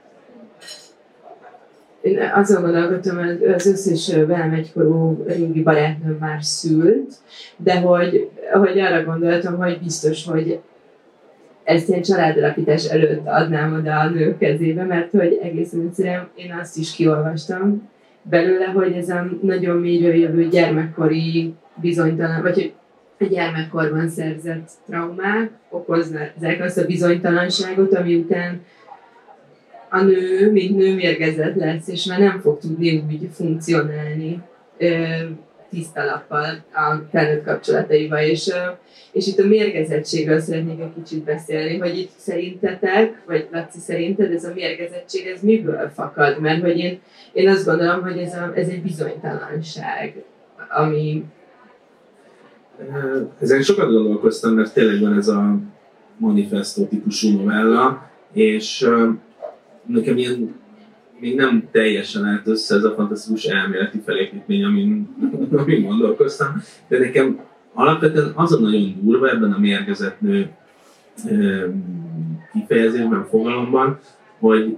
Én azon gondolkodtam, hogy az összes velem egykorú régi barátnőm már szült, de hogy arra gondoltam, hogy biztos, hogy ezt ilyen családalapítás előtt adnám oda a nők kezébe, mert hogy egészen egyszerűen én azt is kiolvastam belőle, hogy ez a nagyon mélyről jövő gyermekkori bizonytalan, vagy hogy a gyermekkorban szerzett traumák okozzák azt a bizonytalanságot, ami után a nő, mint nő mérgezett lesz, és már nem fog tudni úgy funkcionálni tiszta lappal a felnőtt kapcsolataiba. És itt a mérgezettségről szeretnék egy kicsit beszélni, hogy itt szerintetek, vagy Laci szerinted ez a mérgezettség, ez miből fakad? Mert hogy én azt gondolom, hogy ez egy bizonytalanság, ami... Ezen sokat gondolkoztam, mert tényleg van ez a manifesto típusú novella, és nekem ilyen még nem teljesen állt össze ez a fantasztikus elméleti felépítmény, amin gondolkoztam, de nekem alapvetően az a nagyon durva ebben a mérgezett nő kifejezésben, fogalomban, hogy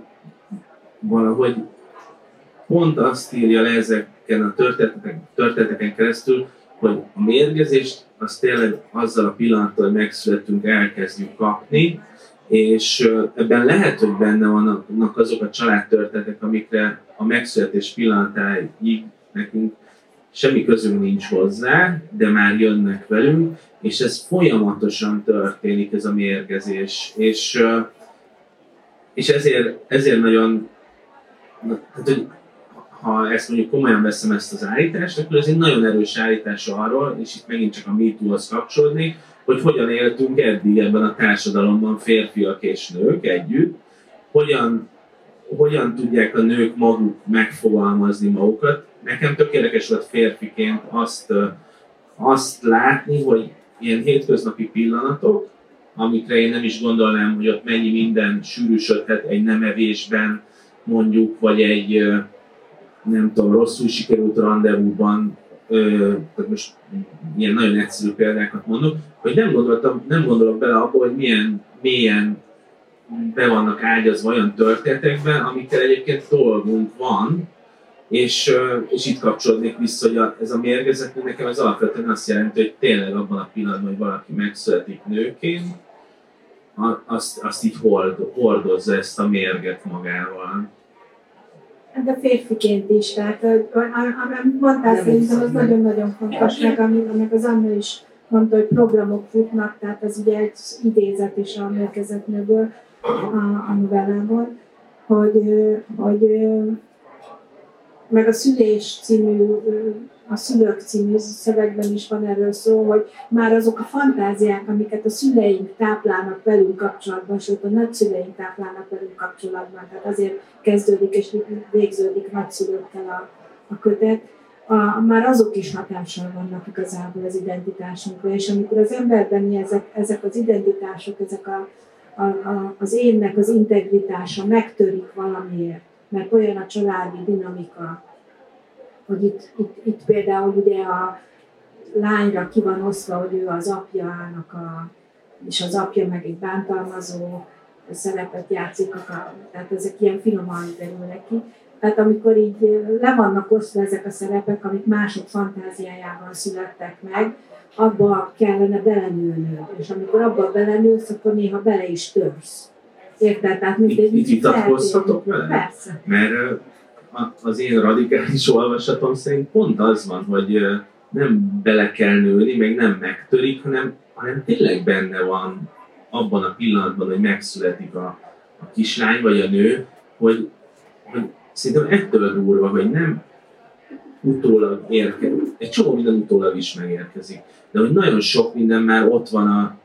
valahogy pont azt írja le ezeken a történeteken keresztül, hogy a mérgezést azt tényleg azzal a pillanattal, hogy megszületünk, elkezdjük kapni, és ebben lehet, hogy benne vannak azok a családtörténetek, amikre a megszületés pillanatáig nekünk semmi közünk nincs hozzá, de már jönnek velünk, és ez folyamatosan történik, ez a mérgezés. És ezért nagyon, tehát, hogy ha ezt mondjuk komolyan veszem ezt az állítást, akkor ez egy nagyon erős állítás arról, és itt megint csak a MeToo-hoz kapcsolódni, hogy hogyan éltünk eddig ebben a társadalomban férfiak és nők együtt, hogyan tudják a nők maguk megfogalmazni magukat. Nekem tökéletes volt férfiként azt látni, hogy ilyen hétköznapi pillanatok, amikre én nem is gondolnám, hogy ott mennyi minden sűrűsödhet egy nem evésben, mondjuk, vagy egy nem tudom, rosszul sikerült rendezvúban, tehát most ilyen nagyon egyszerű példákat mondok, hogy nem gondolok bele abba, hogy milyen mélyen be vannak ágyazva olyan történetekben, amikkel egyébként dolgunk van, és itt kapcsolódnék vissza, hogy ez a mérgezet nekem az alapvetően azt jelenti, hogy tényleg abban a pillanatban, hogy valaki megszületik nőként, azt így hordozza ezt a mérget magával. De férfiként is, tehát amit mondtál, szerintem az nagyon-nagyon fontos, meg amik az Anna is mondta, hogy programok futnak, tehát ez ugye egy idézet is a Mérgezetnőből, a novellából, hogy meg a Szülés című, a Szülők című szövegben is van erről szó, hogy már azok a fantáziák, amiket a szüleink táplálnak velünk kapcsolatban, sőt a nagyszüleink táplálnak velünk kapcsolatban, tehát azért kezdődik és végződik nagyszülőkkel a kötet, már azok is hatással vannak igazából az identitásunkra, és amikor az emberben ezek az identitások, ezek az énnek az integritása megtörik valamiért, mert olyan a családi dinamika, hogy itt például ugye a lányra ki van osztva, hogy ő az apjának, és az apja meg egy bántalmazó szerepet játszik, tehát ezek ilyen finoman derülnek ki. Tehát amikor így le vannak osztva ezek a szerepek, amik mások fantáziájában születtek meg, abba kellene belenőnöd, és amikor abba belenősz, akkor néha bele is törsz. Érted? Tehát mint egy itt vitatkozhatok vele? Persze. Mert az én radikális olvasatom szerint pont az van, hogy nem bele kell nőni, meg nem megtörik, hanem tényleg benne van abban a pillanatban, hogy megszületik a kislány vagy a nő, hogy szerintem ettől durva, hogy nem utólag érkezik. Egy csomó minden utólag is megérkezik. De hogy nagyon sok minden már ott van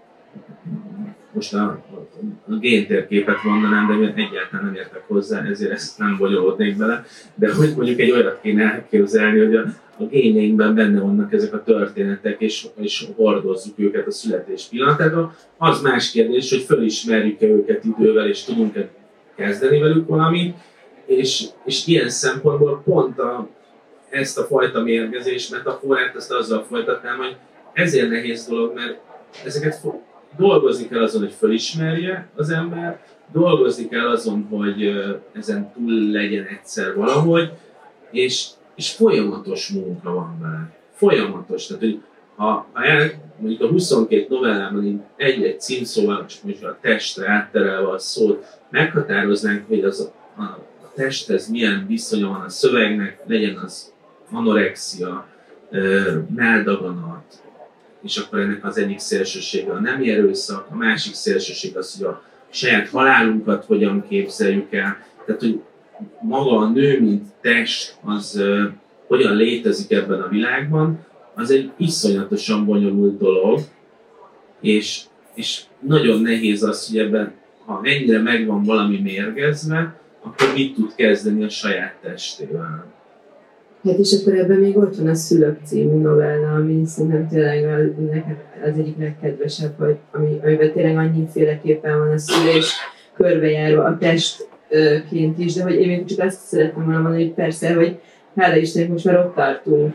most a géntérképet mondanám, de egyáltalán nem értek hozzá, ezért ezt nem bonyolódnék bele. De hogy mondjuk egy olyat kéne elképzelni, hogy a génjeinkben benne vannak ezek a történetek, és hordozzuk őket a születés pillanatától. Az más kérdés, hogy fölismerjük-e őket idővel, és tudunk-e kezdeni velük valamit, és ilyen szempontból pont ezt a fajta mérgezés metaforát, ezt azzal folytatnám, hogy ezért nehéz dolog, mert ezeket dolgozni kell azon, hogy fölismerje az ember, dolgozni kell azon, hogy ezen túl legyen egyszer valahogy, és folyamatos munka van vele. Folyamatos. Tehát, hogy mondjuk a 22 novellában egy-egy címszóval, csak mondjuk a testre átterelve a szót, meghatároznánk, hogy a testhez milyen viszonya van a szövegnek, legyen az anorexia, melldaganat, és akkor ennek az egyik szélsősége a nemi erőszak, a másik szélsőség az, hogy a saját halálunkat hogyan képzeljük el. Tehát, hogy maga a nő, mint test, az hogyan létezik ebben a világban, az egy iszonyatosan bonyolult dolog, és nagyon nehéz az, hogy ebben, ha ennyire megvan valami mérgezve, akkor mit tud kezdeni a saját testével. Hát és akkor ebben még ott van a Szülők című novella, ami szerintem tényleg az egyik legkedvesebb, amiben tényleg annyiféleképpen van a szülés körbejárva a testként is, de hogy én még csak azt szeretném volna mondani, hogy persze, hogy hála Istennek most már ott tartunk,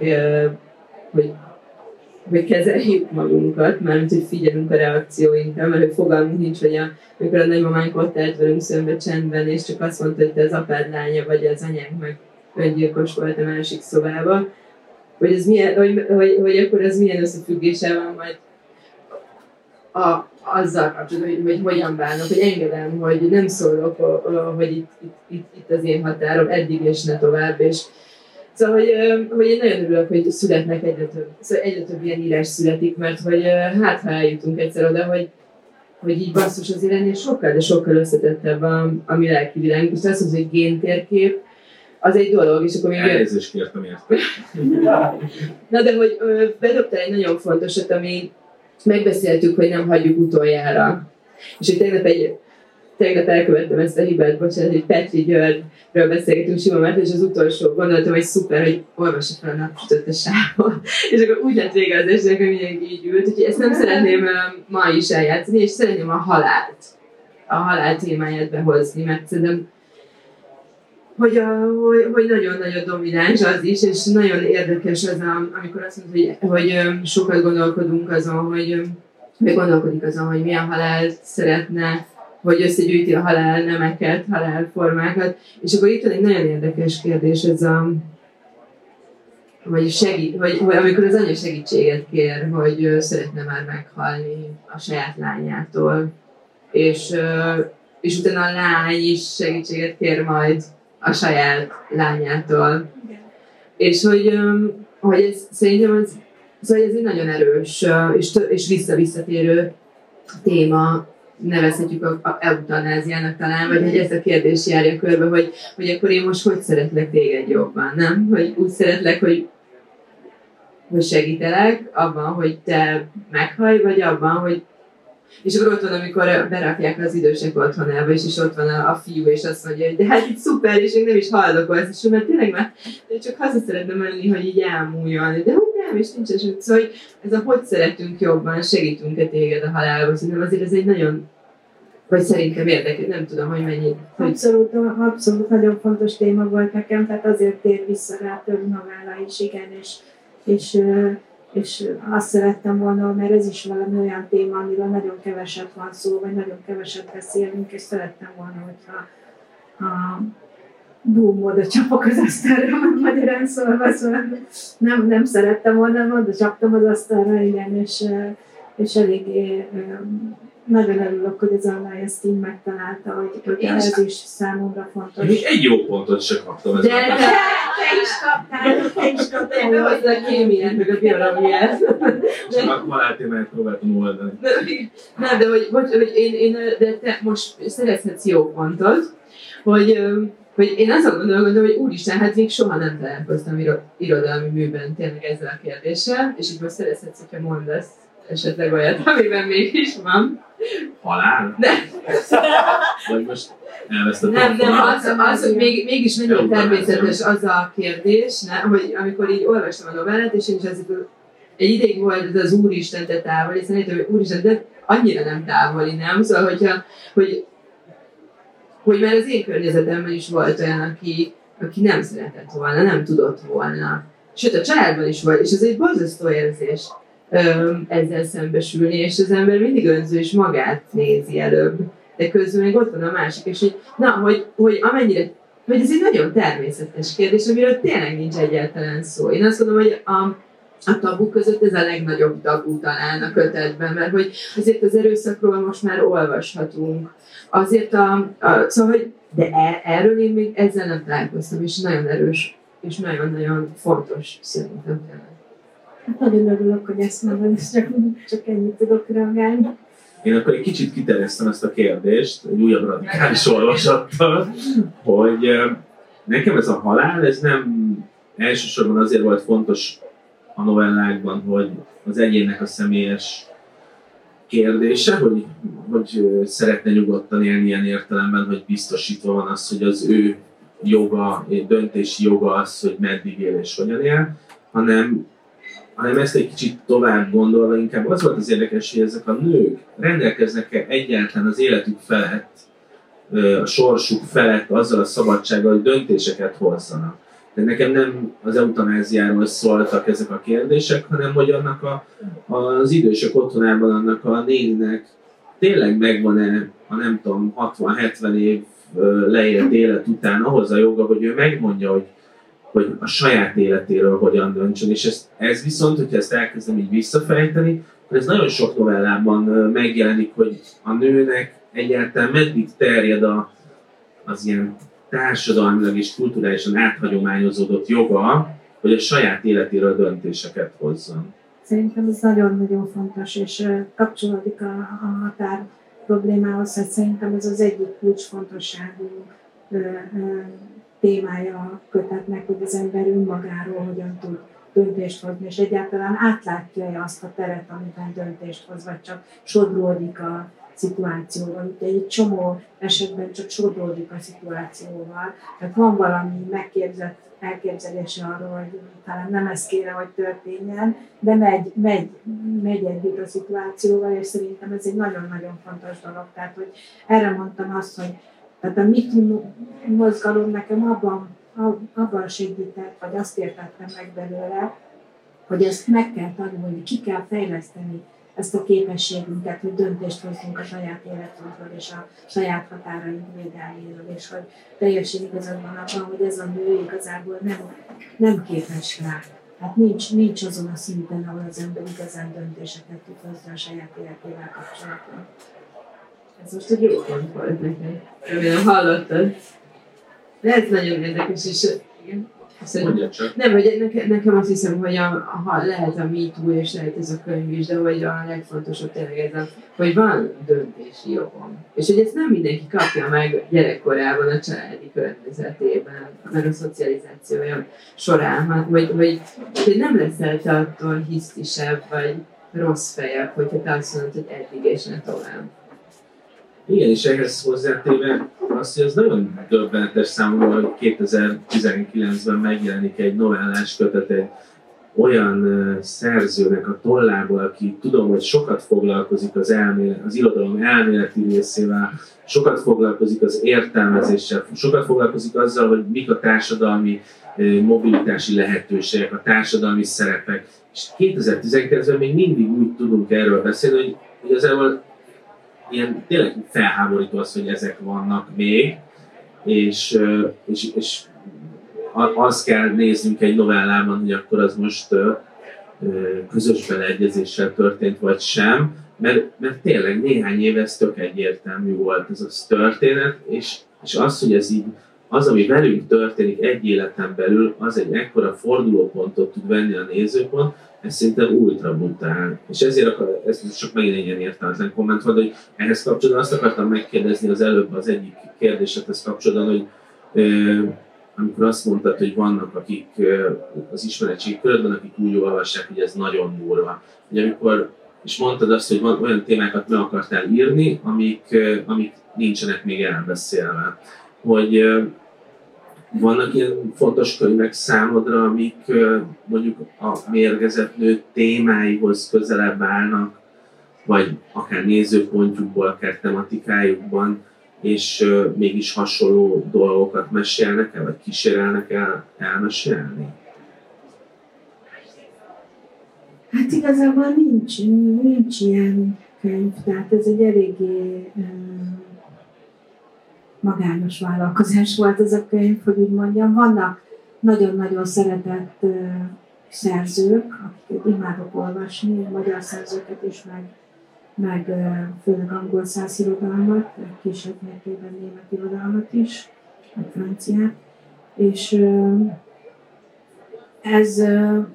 hogy kezeljük magunkat, mármint, hogy figyelünk a reakcióinkra, mert hogy fogalmunk nincs, hogy amikor a nagymamánk ott állt velünk szembe csendben, és csak azt mondta, hogy te az apád lánya vagy, az anyánk meg öngyilkos volt a másik szobába, ez milyen, hogy akkor ez milyen összefüggése van majd azzal kapcsolatban, hogy hogyan bánok, hogy engedem, hogy nem szólok, hogy itt az én határom, eddig és ne tovább, és szóval, hogy én nagyon örülök, hogy születnek egyre több ilyen írás születik, mert hogy hát ha eljutunk egyszer oda, hogy így basszus azért ennél sokkal, de sokkal összetettebb a mi lelki világunk. És azt mondja, hogy géntérkép, az egy dolog, és akkor még... Elnézést kértem érte. Na de hogy bedobtál egy nagyon fontosat, ami megbeszéltük, hogy nem hagyjuk utoljára. És hogy tegnap elkövettem ezt a hibát, bocsánat, hogy Petri Györgyről beszélgetünk Sima Márton, és az utolsó gondoltam, hogy szuper, hogy olvassa fel a napsütött a sávot. És akkor úgy lett vége az esnek, hogy mindenki így ült. Úgyhogy ezt nem szeretném ma is eljátszani, és szeretném a halál témáját behozni, mert szerintem hogy nagyon-nagyon domináns az is, és nagyon érdekes az, amikor azt mondod, hogy sokat gondolkodunk azon, hogy gondolkodik azon, hogy milyen halált szeretne, hogy összegyűjti a halálnemeket, halálformákat, és akkor itt van egy nagyon érdekes kérdés, ez hogy amikor az anya segítséget kér, hogy szeretne már meghalni a saját lányától, és utána a lány is segítséget kér majd a saját lányától. És hogy ez szerintem szóval ez egy nagyon erős és visszatérő téma, nevezhetjük a eutanáziának talán, vagy hogy ezt a kérdést járja körbe, hogy akkor én most hogy szeretlek téged jobban, nem? Hogy úgy szeretlek, hogy segítelek abban, hogy te meghallj, vagy abban, hogy... És akkor ott van, amikor berakják az idősek otthonába, és ott van a fiú, és azt mondja, hogy de hát itt szuper, és még nem is haldokolsz, és mert tényleg már csak haza szeretne menni, hogy így elmúljon, de hogy nem, és nincs eset. Szóval ez a hogy szeretünk jobban, segítünk-e téged a halálba, szerintem azért ez egy nagyon, vagy szerintem érdekes, nem tudom, hogy mennyi. Abszolút nagyon fontos téma volt nekem, tehát azért tér vissza rá több novella is, igen, és azt szerettem volna, mert ez is valami olyan téma, amiről nagyon keveset van szó, vagy nagyon keveset beszélünk, és szerettem volna, hogyha boom, csapok az asztalra, magyarán szólva, nem szerettem volna, oda csaptam az asztalra, igen, és eléggé nagyon örülök, hogy az Anna ezt így megtalálta, hogy ez is számomra fontos. Még egy jó pontot sem kaptam ezzel. De te is kaptál. De hozzá a kémiát, meg a biológiát. Csak a haláltémát próbáltam oldani. Nem, de de te most szerezhetsz jó pontot, hogy én azon gondolkodom, hogy úristen, hát még soha nem találkoztam irodalmi műben tényleg ezzel a kérdéssel, és így most szerezhetsz, hogyha mondasz esetleg olyat, amiben mégis van. Halál? Nem. Vagy most elvesztettem nem, az mégis nagyon természetes az a kérdés, hogy amikor így olvastam a novellát, és én is egy ideig volt ez az Úristen te távol, és szerintem, hogy Úristen, de annyira nem távoli, nem? Szóval, hogy már az én környezetemben is volt olyan, aki nem szeretett volna, nem tudott volna. Sőt, a családban is volt, és ez egy borzasztó érzés ezzel szembesülni, és az ember mindig önző és magát nézi előbb, de közben még ott van a másik, és hogy amennyire, hogy ez egy nagyon természetes kérdés, amiről tényleg nincs egyáltalán szó. Én azt mondom, hogy a tabuk között ez a legnagyobb tabu talán a kötetben, mert hogy azért az erőszakról most már olvashatunk. Azért szóval, hogy de erről én még ezzel nem találkoztam, és nagyon erős, és nagyon-nagyon fontos szerintem tényleg. Hát nagyon örülök, hogy ezt mondod, és csak ennyit tudok reagálni. Én akkor egy kicsit kiterjesztem ezt a kérdést, egy újabb radikális olvasattal, hogy nekem ez a halál, ez nem elsősorban azért volt fontos a novellákban, hogy az egyénnek a személyes kérdése, hogy szeretne nyugodtan élni ilyen értelemben, hogy biztosítva van az, hogy az ő joga, döntési joga az, hogy meddig él és hogyan él, hanem ezt egy kicsit tovább gondolva inkább az volt az érdekes, hogy ezek a nők rendelkeznek-e egyáltalán az életük felett, a sorsuk felett azzal a szabadsággal, hogy döntéseket hozzanak. De nekem nem az eutanáziáról szóltak ezek a kérdések, hanem hogy annak az idősek otthonában annak a néninek tényleg megvan-e a nem tudom 60-70 év leélt élet után ahhoz a joga, hogy ő megmondja, hogy a saját életéről hogyan döntsön. És ez viszont, hogyha ezt elkezdem így visszafejteni, akkor ez nagyon sok novellában megjelenik, hogy a nőnek egyáltalán meddig terjed az ilyen társadalmilag és kulturálisan áthagyományozódott joga, hogy a saját életéről döntéseket hozzon. Szerintem ez nagyon-nagyon fontos, és kapcsolódik a határ problémához, hogy szerintem ez az egyik kulcsfontosságú témája a kötetnek, hogy az ember önmagáról hogyan tud döntést hozni, és egyáltalán átlátja azt a teret, amiben döntést hoz, vagy csak sodródik a szituációval. Ugye egy csomó esetben csak sodródik a szituációval. Tehát van valami megképzett elképzelése arról, hogy talán nem ez kéne, hogy történjen, de megy együtt a szituációval, és szerintem ez egy nagyon-nagyon fontos dolog. Tehát, hogy erre mondtam azt, hogy tehát a MeToo mozgalom nekem abban segített, vagy azt értettem meg belőle, hogy ezt meg kell tanulni, ki kell fejleszteni ezt a képességünket, hogy döntést hozzunk a saját életünkről és a saját határaink védelméről, és hogy teljesen igazad van abban, hogy ez a nő igazából nem képes rá. Hát nincs azon a szinten, ahol az ember igazán döntéseket tud hozni a saját életével kapcsolatban. Ez most egy jó pont volt neked. Remélem hallottad. De ez nagyon érdekes, és igen. Nem, hogy nekem azt hiszem, hogy lehet a MeToo és lehet ez a könyv is, de hogy a legfontosabb tényleg ez, hogy van döntési jogom. És hogy ezt nem mindenki kapja meg gyerekkorában, a családi környezetében, meg a szocializációja során, hogy nem leszel te attól hisztisebb, vagy rossz fejebb, hogyha te azt mondod, hogy eddig és ne tovább. Igen, és ehhez hozzátéve azt, hogy ez nagyon döbbenetes számomra, hogy 2019-ben megjelenik egy novellás kötet egy olyan szerzőnek a tollából, aki tudom, hogy sokat foglalkozik az irodalom elméleti részével, sokat foglalkozik az értelmezéssel, sokat foglalkozik azzal, hogy mik a társadalmi mobilitási lehetőségek, a társadalmi szerepek. És 2019-ben még mindig úgy tudunk erről beszélni, hogy igazából ilyen tényleg felháborító az, hogy ezek vannak még, és azt kell néznünk egy novellában, hogy akkor az most közös beleegyezéssel történt, vagy sem, mert tényleg néhány éve ez tök egyértelmű volt ez a történet, és az, hogy ez így, az, ami velünk történik egy életen belül, az egy ekkora fordulópontot tud venni a nézőpont, ez szerintem ultra brutál. És ezért ez csak megint egy ilyen értelmetlen komment volt, hogy ehhez kapcsolatban azt akartam megkérdezni az előbb az egyik kérdésedhez kapcsolatban, hogy amikor azt mondtad, hogy vannak akik az ismeretségi körödben, akik úgy olvassák, hogy ez nagyon durva. Hogy amikor, és mondtad azt, hogy van olyan témákat meg akartál írni, amik nincsenek még elbeszélve. Hogy vannak ilyen fontos könyvek számodra, amik mondjuk a mérgezett nő témáihoz közelebb állnak, vagy akár nézőpontjukból, akár tematikájukban, és mégis hasonló dolgokat mesélnek el, vagy kísérelnek el elmesélni? Hát igazából nincs ilyen könyv, tehát ez egy eléggé magányos vállalkozás volt az a könyv, hogy úgy mondjam. Vannak nagyon-nagyon szeretett szerzők, akiket imádok olvasni, magyar szerzőket is, meg főleg angol száz irodalmat, kisebb mértékben német irodalmat is, meg franciát. És ez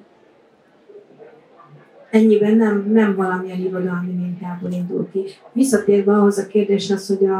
ennyiben nem valamilyen irodalmi mintából indul ki. Visszatérve ahhoz a kérdéshez, hogy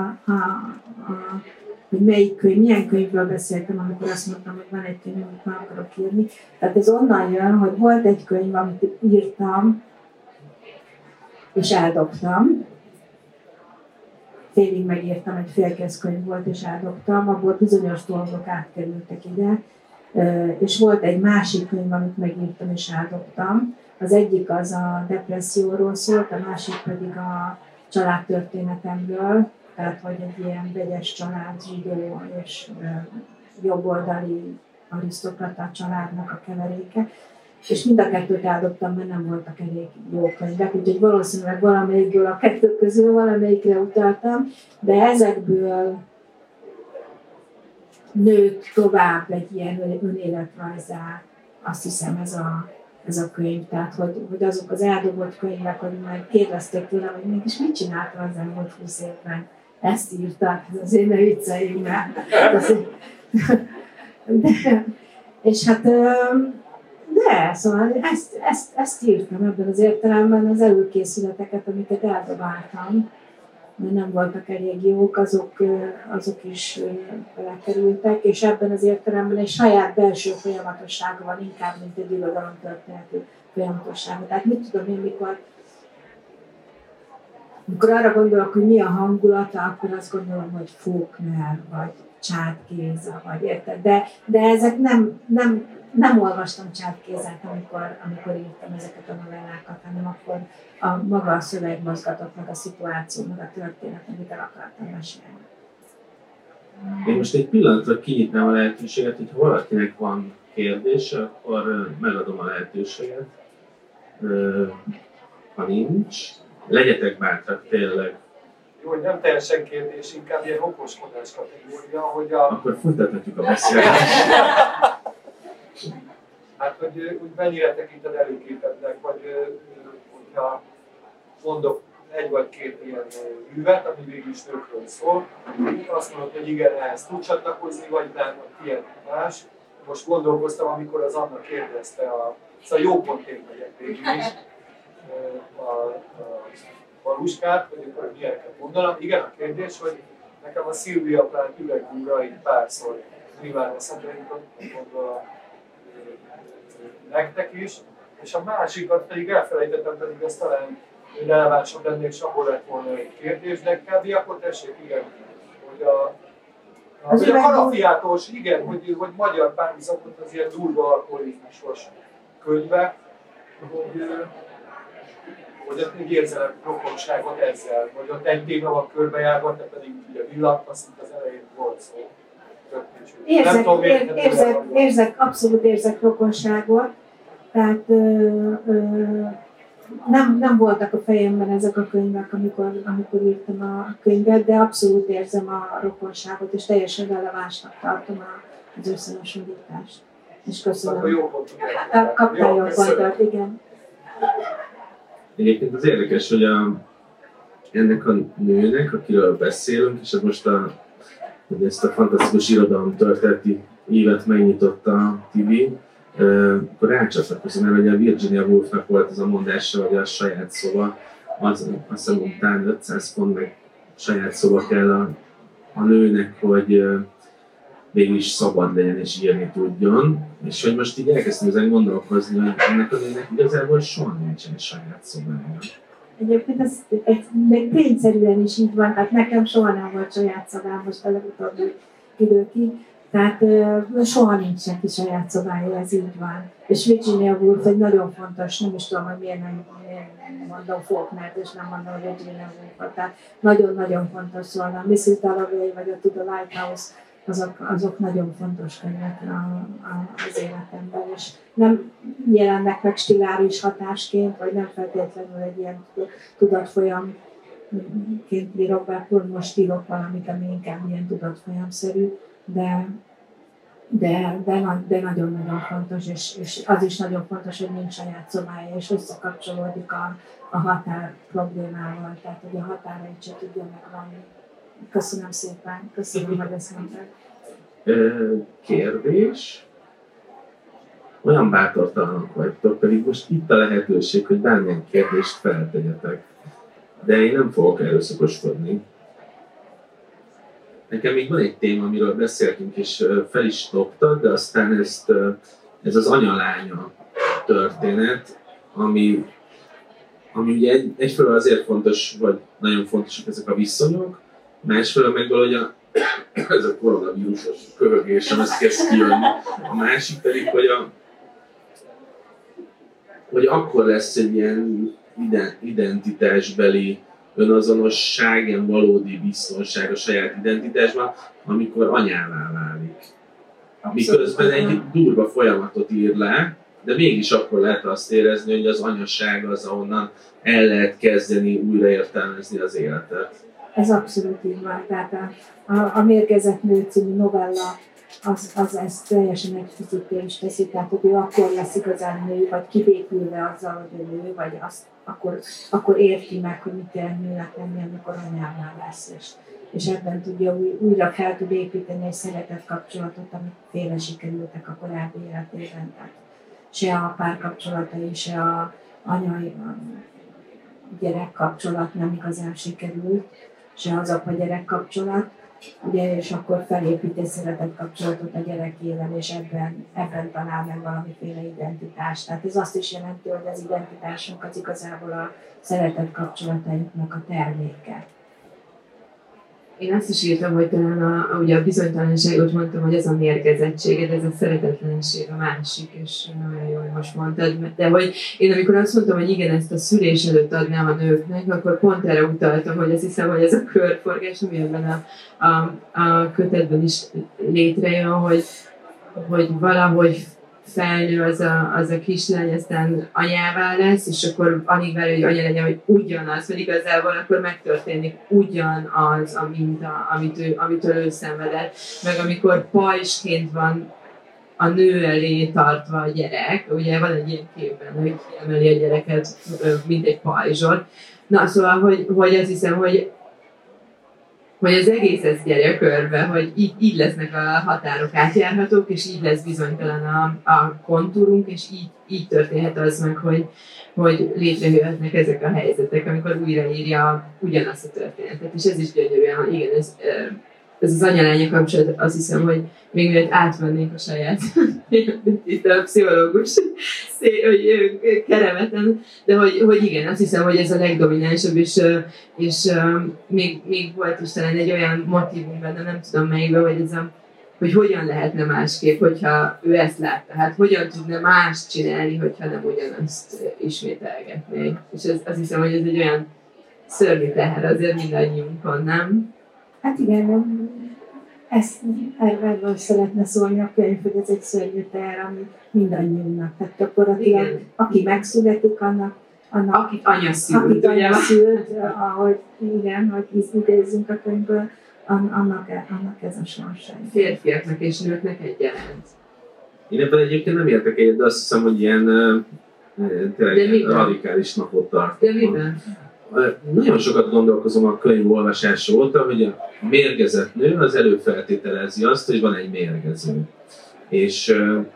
hogy melyik könyv, milyen könyvről beszéltem, amikor azt mondtam, hogy van egy könyv, amit már akarok írni. Tehát ez onnan jön, hogy volt egy könyv, amit írtam, és eldobtam. Félig megírtam, egy félkész könyv volt, és eldobtam, abból bizonyos dolgok átkerültek ide. És volt egy másik könyv, amit megírtam, és eldobtam. Az egyik az a depresszióról szólt, a másik pedig a családtörténetemről, tehát hogy egy ilyen vegyes család, zsidó és jobboldali arisztokrata családnak a keveréke. És mind a kettőt eldobtam, mert nem voltak elég jó könyvek, úgyhogy valószínűleg valamelyikből a kettő közül valamelyikre utaltam, de ezekből nőtt tovább egy ilyen önéletrajzá, azt hiszem ez a könyv. Tehát, hogy azok az eldobott könyvek, hogy majd kérdezték tőlem, hogy mégis mit csináltam az elmúlt 20 évben. Ezt írták, azért ne vicceljünk már. És hát, de, szóval ezt írtam ebben az értelemben, az előkészületeket, amiket eldobáltam, mert nem voltak elég jók, azok is belekerültek, és ebben az értelemben egy saját belső folyamatossága van, inkább, mint egy irodalomtörténeti folyamatossága. Tehát mit tudom én, mikor arra gondolok, hogy mi a hangulata, akkor azt gondolom, hogy Faulkner, vagy Chad Géza, vagy érted? De ezek nem olvastam Chad Gézát, amikor írtam ezeket a novellákat, hanem akkor maga a szöveg mozgatott, meg a szituáció, meg a történet, amit el akartam mesélni. Én most egy pillanatra kinyitnám a lehetőséget, hogy ha valakinek van kérdése, akkor megadom a lehetőséget. Ha nincs, legyetek bátrak tényleg. Jó, hogy nem teljesen kérdés, inkább ilyen okoskodás kategória, hogy Akkor folytathatjuk a beszélgetést. Hát, hogy mennyire tekinted előképednek, vagy hogyha mondok egy vagy két ilyen művet, ami végül is nőkről szól, azt mondod, hogy igen, ehhez tud csatlakozni, vagy nem, vagy ilyen más. Most gondolkoztam, amikor az Anna kérdezte, szóval jó pontén megyek végül is, a Valuskát, hogy akkor milyeneket mondanak. Igen, a kérdés, hogy nekem a Szilvia Plath üvegbúra így párszor nyilván eszembe jutott, gondolom nektek is, és a másikat pedig elfelejtettem, pedig ez talán relevánsabb lenne, és abból lett volna egy kérdés, de kb. Akkor tessék, igen, hogy a Karafiátós, igen, hogy magyar párhuzamot az ilyen durva alkoholizmusos könyvek, hogy ott egy érzelem rokonságot ezzel, vagy ott egy téma van körbejárva, te pedig ugye villantasz, mint az elején volt szó. Abszolút érzek rokonságot, tehát nem voltak a fejemben ezek a könyvek, amikor írtam a könyvet, de abszolút érzem a rokonságot, és teljesen relevánsnak tartom az összehasonlítást. És köszönöm. Kaptál jó pontot, igen. Egyébként az érdekes, hogy ennek a nőnek, akiről beszélünk, és ez most hogy ezt a fantasztikus irodalomtörténeti évet megnyitotta a Tibi, akkor rácsatlakozom el, hogy a Virginia Woolfnak volt az a mondása, hogy a saját szoba, azt hiszem után 500 font meg saját szoba kell a nőnek, hogy végül is szabad legyen és írni tudjon. És hogy most így elkezdtem ezen gondolkozni, hogy ennek a nőnek igazából soha nincsen saját szobája. Egyébként ez még tényszerűen is így van, tehát nekem soha nem volt saját szobám, most a legutóbbi időkig. Tehát soha nincs senki saját szobája, ez így van. És Virginia Woolf egy nagyon fontos, nem is tudom, hogy miért nem mondom Faulknert, és nem mondom, hogy Virginia Woolf. Tehát nagyon-nagyon fontos szólna. Mrs. Dalloway vagy a To the Lighthouse, azok nagyon fontos könyvek az életemben, és nem jelennek meg stiláris hatásként, vagy nem feltétlenül egy ilyen tudatfolyamként írok, bár pont most írok valamit, ami inkább ilyen tudatfolyamszerű, de nagyon-nagyon fontos, és az is nagyon fontos, hogy nincs saját szobája, és összekapcsolódik a határ problémával, tehát hogy a határait se tudja megvanni. Köszönöm szépen, köszönöm, hogy ezt mondtad. Kérdés? Olyan bátortalanok vagytok, pedig most itt a lehetőség, hogy bármilyen kérdést feltegyetek. De én nem fogok erőszakoskodni. Nekem még van egy téma, amiről beszéltünk, és fel is dobtad, de aztán ez az anya-lánya történet, ami ugye egyfelől azért fontos, vagy nagyon fontosak ezek a viszonyok, másfelől meg valahogy ez a koronavírusos köhögésem, ez kezd kijönni. A másik pedig, hogy akkor lesz egy ilyen identitásbeli önazonosság, ilyen valódi biztonság a saját identitásban, amikor anyává válik. Miközben egy durva folyamatot ír le, de mégis akkor lehet azt érezni, hogy az anyaság az, ahonnan el lehet kezdeni újraértelmezni az életet. Ez abszolút így van. Tehát a Mérgezett nő című novella az ezt teljesen explicitté is teszi, tehát hogy ő akkor lesz igazán nő, vagy kibékülve azzal, hogy ő nő, vagy azt, akkor érti meg, hogy mit jelent nőnek lenni, amikor anyává lesz. És ebben tudja újra fel tud építeni egy szeretett kapcsolatot, amit félre sikerültek a korábbi életében. Tehát se a párkapcsolatai, se a anyai gyerek kapcsolat nem igazán sikerült, se az apa-gyerek kapcsolat, ugye, és akkor felépít egy szeretett kapcsolatot a gyerekével, és ebben talál meg valamiféle identitást. Tehát ez azt is jelenti, hogy az identitásunk az igazából a szeretett kapcsolatainknak a terméke. Én azt is írtam, hogy talán ugye a bizonytalanságot mondtam, hogy ez a mérgezettség, ez a szeretetlenség a másik, és nagyon jól most mondtad. De hogy én amikor azt mondtam, hogy igen, ezt a szülés előtt adnám a nőknek, akkor pont erre utaltam, hogy azt hiszem, hogy ez a körforgás, ami ebben a kötetben is létrejön, hogy valahogy felnő az a kislány, aztán anyává lesz, és akkor alig várja, hogy anya legyen, hogy ugyanaz, vagy igazából akkor megtörténik ugyanaz a minta, amitől ő szenvedett. Meg amikor pajsként van a nő elé tartva a gyerek, ugye van egy ilyen képben, hogy kiemeli a gyereket, mint egy pajzsot. Na, szóval, hogy azt hiszem, hogy az egész ez gyere körbe, hogy így lesznek a határok átjárhatók, és így lesz bizonytalan a kontúrunk, és így történhet az meg, hogy létrejöhetnek ezek a helyzetek, amikor újraírja ugyanazt a történetet. És ez is gyönyörűen, hogy igen, ez az anya-lánya kapcsolat, azt hiszem, hogy még mielőtt átvennénk a saját itt a pszichológus keremeten, de hogy igen, azt hiszem, hogy ez a legdominánsabb, és még volt is talán egy olyan motívum benne, nem tudom melyikben, hogy hogyan lehetne másképp, hogyha ő ezt látta. Hát hogyan tudna más csinálni, hogyha nem ugyanazt ismételgetné. És azt hiszem, hogy ez egy olyan szörnyű teher azért mindannyiunkon, nem? Hát igen, erről szeretne szólni a könyv, hogy ez egy szörnyű teher, ami mindannyiunknak. Tehát gyakorlatilag, aki megszületik, annak akit anya szült, ahogy idézzünk a könyvből, annak ez a sorsa. Férfiaknak és nőknek egyaránt. Én ebben egyébként nem értek egyet, de azt hiszem, hogy ilyen tényleg radikális napot tart. De miben? Nagyon sokat gondolkozom a könyv olvasása óta, hogy a mérgezett nő az előfeltételezi azt, hogy van egy mérgező. És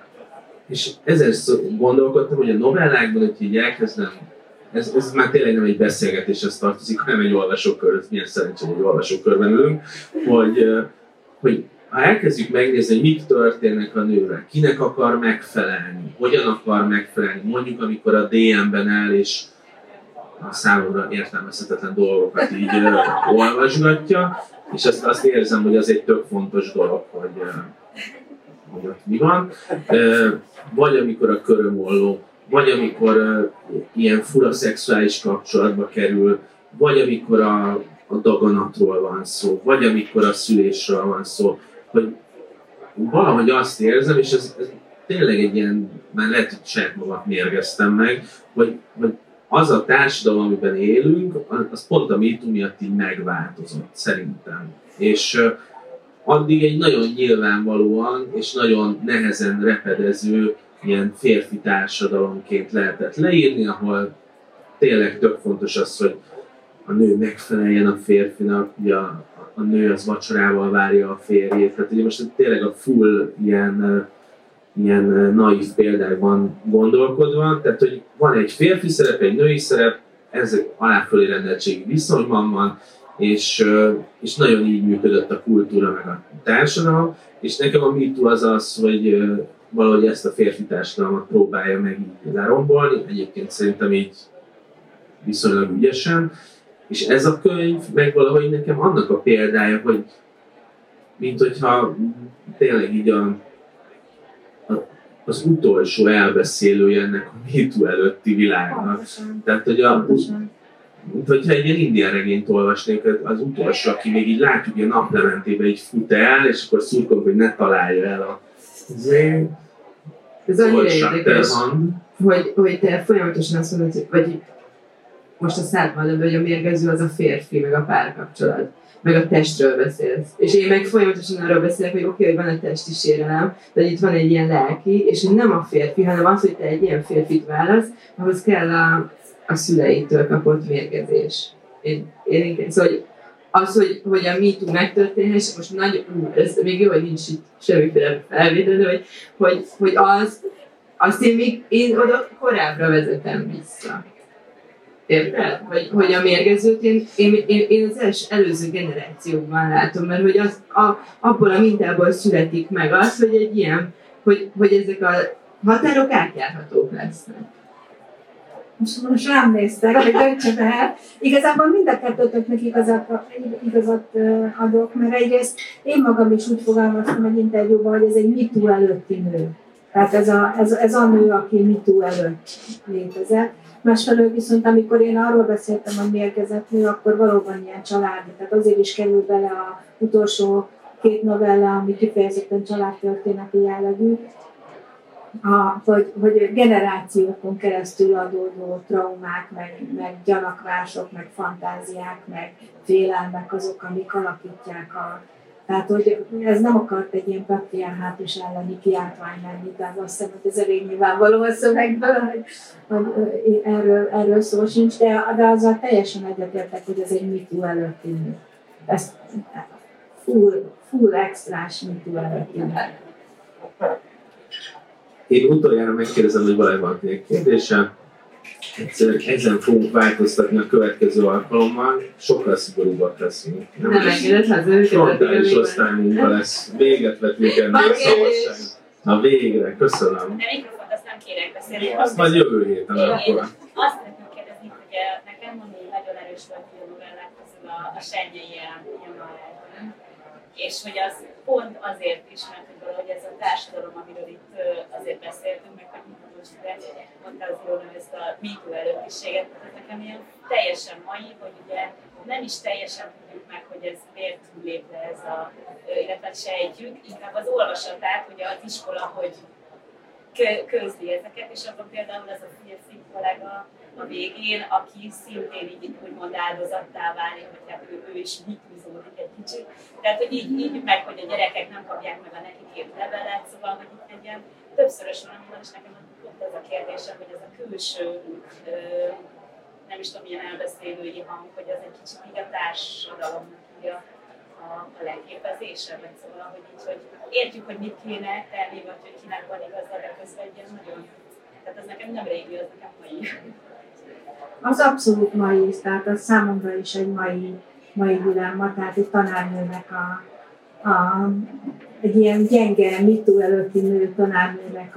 ezen gondolkodtam, hogy a novellákban, hogy így elkezdem, ez már tényleg nem egy beszélgetéshez tartozik, hanem egy olvasókör, milyen szerencsé, hogy olvasókörben ülünk, hogy ha elkezdjük megnézni, hogy mit történnek a nővel, kinek akar megfelelni, hogyan akar megfelelni, mondjuk amikor a DM-ben áll és a számomra értelmezhetetlen dolgokat így olvasgatja, és azt érzem, hogy az egy tök fontos dolog, hogy ott mi van. Vagy amikor a körömolló, vagy amikor ilyen fura szexuális kapcsolatba kerül, vagy amikor a daganatról van szó, vagy amikor a szülésről van szó, hogy valahogy azt érzem, és ez tényleg egy ilyen, már lehet, hogy saját magamat mérgeztem meg, hogy az a társadalom, amiben élünk, az pont a MeToo miatt így megváltozott, szerintem. És addig egy nagyon nyilvánvalóan és nagyon nehezen repedező ilyen férfi társadalomként lehetett leírni, ahol tényleg tök fontos az, hogy a nő megfeleljen a férfinak, ugye a nő az vacsorával várja a férjét. Tehát ugye most tényleg a full ilyen naív példákban gondolkodva, tehát hogy van egy férfi szerep, egy női szerep, ezek aláfölé rendeltségi viszonyban van, és nagyon így működött a kultúra meg a társadalom, és nekem a MeToo az, hogy valahogy ezt a férfi társadalmat próbálja meg így lerombolni, egyébként szerintem így viszonylag ügyesen, és ez a könyv meg valahogy nekem annak a példája, hogy mint hogyha tényleg így az utolsó elbeszélője ennek a MeToo előtti világnak. Tehát, hogy mint hogyha egy ilyen indián regényt olvasnék, az utolsó, aki még így látjuk, hogy a naplementében így fut el, és akkor szurkolunk, hogy ne találja el a ez annyira érdekes, hogy te folyamatosan azt mondod, vagy most a szádban lövő, hogy a mérgező az a férfi, meg a párkapcsolat, meg a testről beszélsz. És én meg folyamatosan arról beszélek, hogy oké, hogy van a testi sérelem, de itt van egy ilyen lelki, és hogy nem a férfi, hanem az, hogy te egy ilyen férfit válasz, ahhoz kell a szüleitől kapott mérgezés. Szóval hogy a MeToo megtörténhess, most nagy, ez még jó, hogy nincs itt semmiféle felvétel, de hogy azt én oda korábbra vezetem vissza. Érted? Hogy a mérgezőt én az előző generációkban látom, mert hogy abból a mintából születik meg az, hogy egy ilyen, hogy ezek a határok átjárhatók lesznek. Most rám néztek, hogy döntsem el. Igazából mind a kettőtöknek igazat adok, mert egyrészt én magam is úgy fogalmaztam egy interjúban, hogy ez egy MeToo előtti nő. Tehát ez a nő, aki MeToo előtt létezett. Másfelől viszont, amikor én arról beszéltem, hogy mérgezett nő, akkor valóban ilyen családi. Tehát azért is kerül bele az utolsó 2 novella, ami kifejezetten családtörténeti jellegű, hogy generációkon keresztül adódó traumák, meg gyanakvások, meg fantáziák, meg félelmek azok, amik alakítják Tehát, hogy ez nem akart egy ilyen patriarhátus elleni kiáltvány lenni, tehát azt hiszem, hogy ez elég nyilvánvaló a szövegből, hogy erről szó sincs, de azzal teljesen egyetértek, hogy ez egy MeToo előtti nő. Ez full extrás MeToo előtti nő. Én utoljára megkérdezem, hogy van egy kérdése. Ezen fogunk változtatni a következő alkalommal, sokkal szigorúbbak leszünk. Nem engedett haza őket. Frontális osztálymunka lesz. Véget vetünk ennek a szabadság. Na végre, köszönöm. De mikrofont azt nem kérek beszélni. Azt majd jövő héten akkor. Azt szeretném kérdezni, hogy nekem mondani nagyon erős volt a novellák közül a Sennyei Elmarálton. És hogy az pont azért is, mert hogy valahogy ez a társadalom, amiről itt azért beszéltünk, meg hogy most mondta az Ilona ezt a MeToo előttiséget, tehát nekem ilyen teljesen mai, hogy ugye nem is teljesen tudjuk meg, hogy ez miért lép le ez illetve sejtjük, inkább az olvasatát, hogy az iskola hogy közli ezeket, és abban például ez a Filci kollega a végén, aki szintén így úgymond áldozattá válik, hogy hát ő is mitúzódik egy kicsit. Tehát, hogy így meg, hogy a gyerekek nem kapják meg a nekik írt levelet, szóval, hogy itt egy ilyen többszörös van, és nekem ott ez a kérdésem, hogy ez a külső, nem is tudom, milyen elbeszélői hang, hogy ez egy kicsit így a társadalomnak így a leképezése, vagy szóval, hogy így, hogy értjük, hogy mit kéne tenni, vagy hogy kinek van igaza, de közben egy ilyen nagyon, tehát ez nekem nem régi, az nekem mai. Az abszolút mai, tehát az számomra is egy mai dilemma, tehát egy tanárnőnek egy ilyen gyenge, MeToo előtti nő tanárnőnek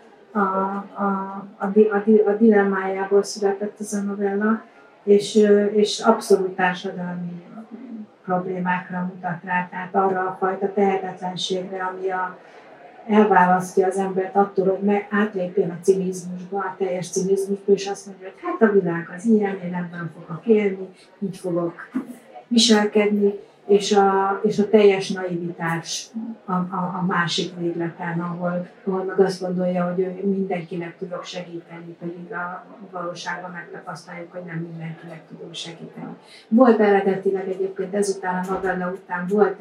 a dilemmájából született ez a novella, és abszolút társadalmi problémákra mutat rá, tehát arra a fajta tehetetlenségre, ami elválasztja az embert attól, hogy átlépjen a cinizmusba, a teljes cinizmusba, és azt mondja, hogy hát a világ az ilyen, én ebben fogok élni, így fogok viselkedni, és a teljes naivitás a másik végleten, ahol meg azt gondolja, hogy ő mindenkinek tudok segíteni, pedig a valóságban megtapasztaljuk, hogy nem mindenkinek tudunk segíteni. Volt eredetileg egyébként ezután a novella után volt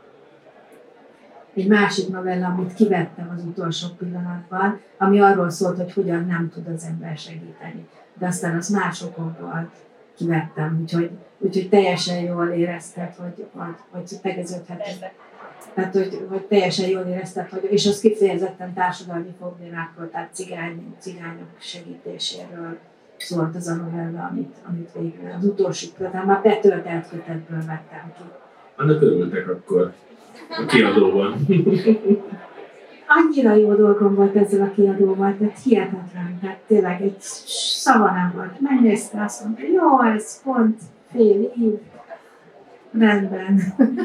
egy másik novella, amit kivettem az utolsó pillanatban, ami arról szólt, hogy hogyan nem tud az ember segíteni. De aztán az más okokból kivettem, úgyhogy teljesen jól érezted, hogy tegeződhetett. Tehát, hogy teljesen jól érezted, és az kifejezetten társadalmi problémákról, tehát cigányok segítéséről szólt az a novella, amit végül az utolsó kötet, már betöltelt kötetből vettem ki. Annak örültek akkor a kiadóban. Annyira jó dolgom volt ezzel a kiadóval, tehát hihetetlen, tehát tényleg egy szava nem volt. Megnézte, azt mondta, jó, ez pont fél év, rendben.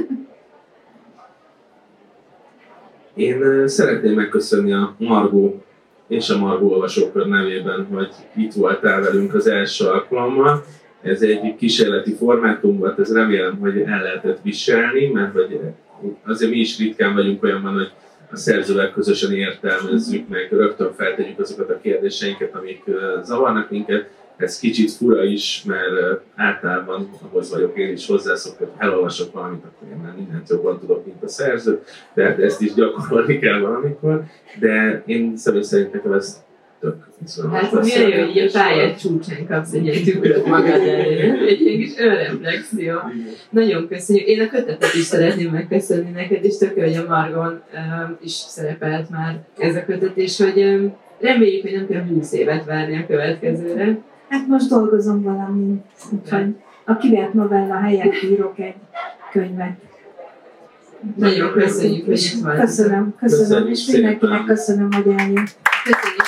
Én szeretném megköszönni a Margó és a Margó olvasókör nevében, hogy itt voltál velünk az első alkalommal. Ez egy kísérleti formátum volt, ez remélem, hogy el lehetett viselni, mert hogy azért mi is ritkán vagyunk olyanban, hogy a szerzővel közösen értelmezzük meg, rögtön feltegyük azokat a kérdéseinket, amik zavarnak minket. ez kicsit fura is, mert általában ahhoz vagyok én is hozzászokva, hogy elolvasok valamit, akkor én már mindent jobban tudok, mint a szerző, de ezt is gyakorolni kell valamikor, de én személy szerint nekem ez tök viszonylag. Hát milyen jó, hogy a pályát csúcsán kapsz egy ilyen tükröt magad elé, egy ilyen kis önreflexió. Nagyon köszönjük. Én a kötetet is szeretném megköszönni neked, és tök jó, hogy a Margon is szerepelt már ez a kötet, és hogy reméljük, hogy nem kell 20 évet várni a következőre. Hát most dolgozom valami, úgyhogy a kivert novella helyett írok egy könyvet. Nagyon köszönjük, hogy itt vagy. Köszönöm, és mindenkinek köszönöm, hogy eljött. Köszönjük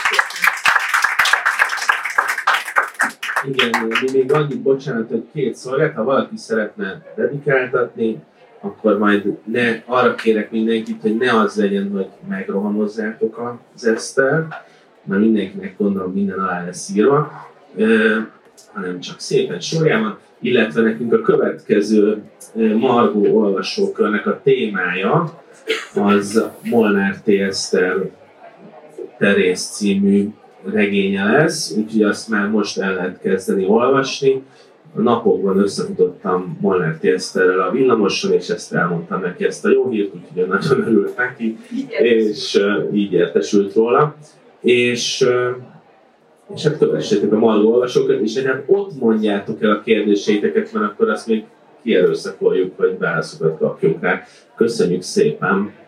szépen. Igen, még annyit, bocsánat, hogy 2 szolgát, ha valaki szeretne dedikáltatni, akkor majd arra kérek mindenkit, hogy ne az legyen, hogy megrohamozzátok az Esztert, mert mindenkinek gondolom minden alá lesz írva, hanem csak szépen sorjában, illetve nekünk a következő Margó olvasókörnek a témája az Molnár T. Eszter Terész című regénye lesz, úgyhogy azt már most el lehet kezdeni olvasni. A napokban összefutottam Molnár T. Eszterrel a villamoson, és ezt elmondtam neki ezt a jó hírt, úgyhogy nagyon örült neki, és így értesült róla. És hát kövessétek a Margó olvasókat, és hát ott mondjátok el a kérdéseiteket, mert akkor azt még kierőszakoljuk, hogy válaszokat kapjunk rá. Köszönjük szépen!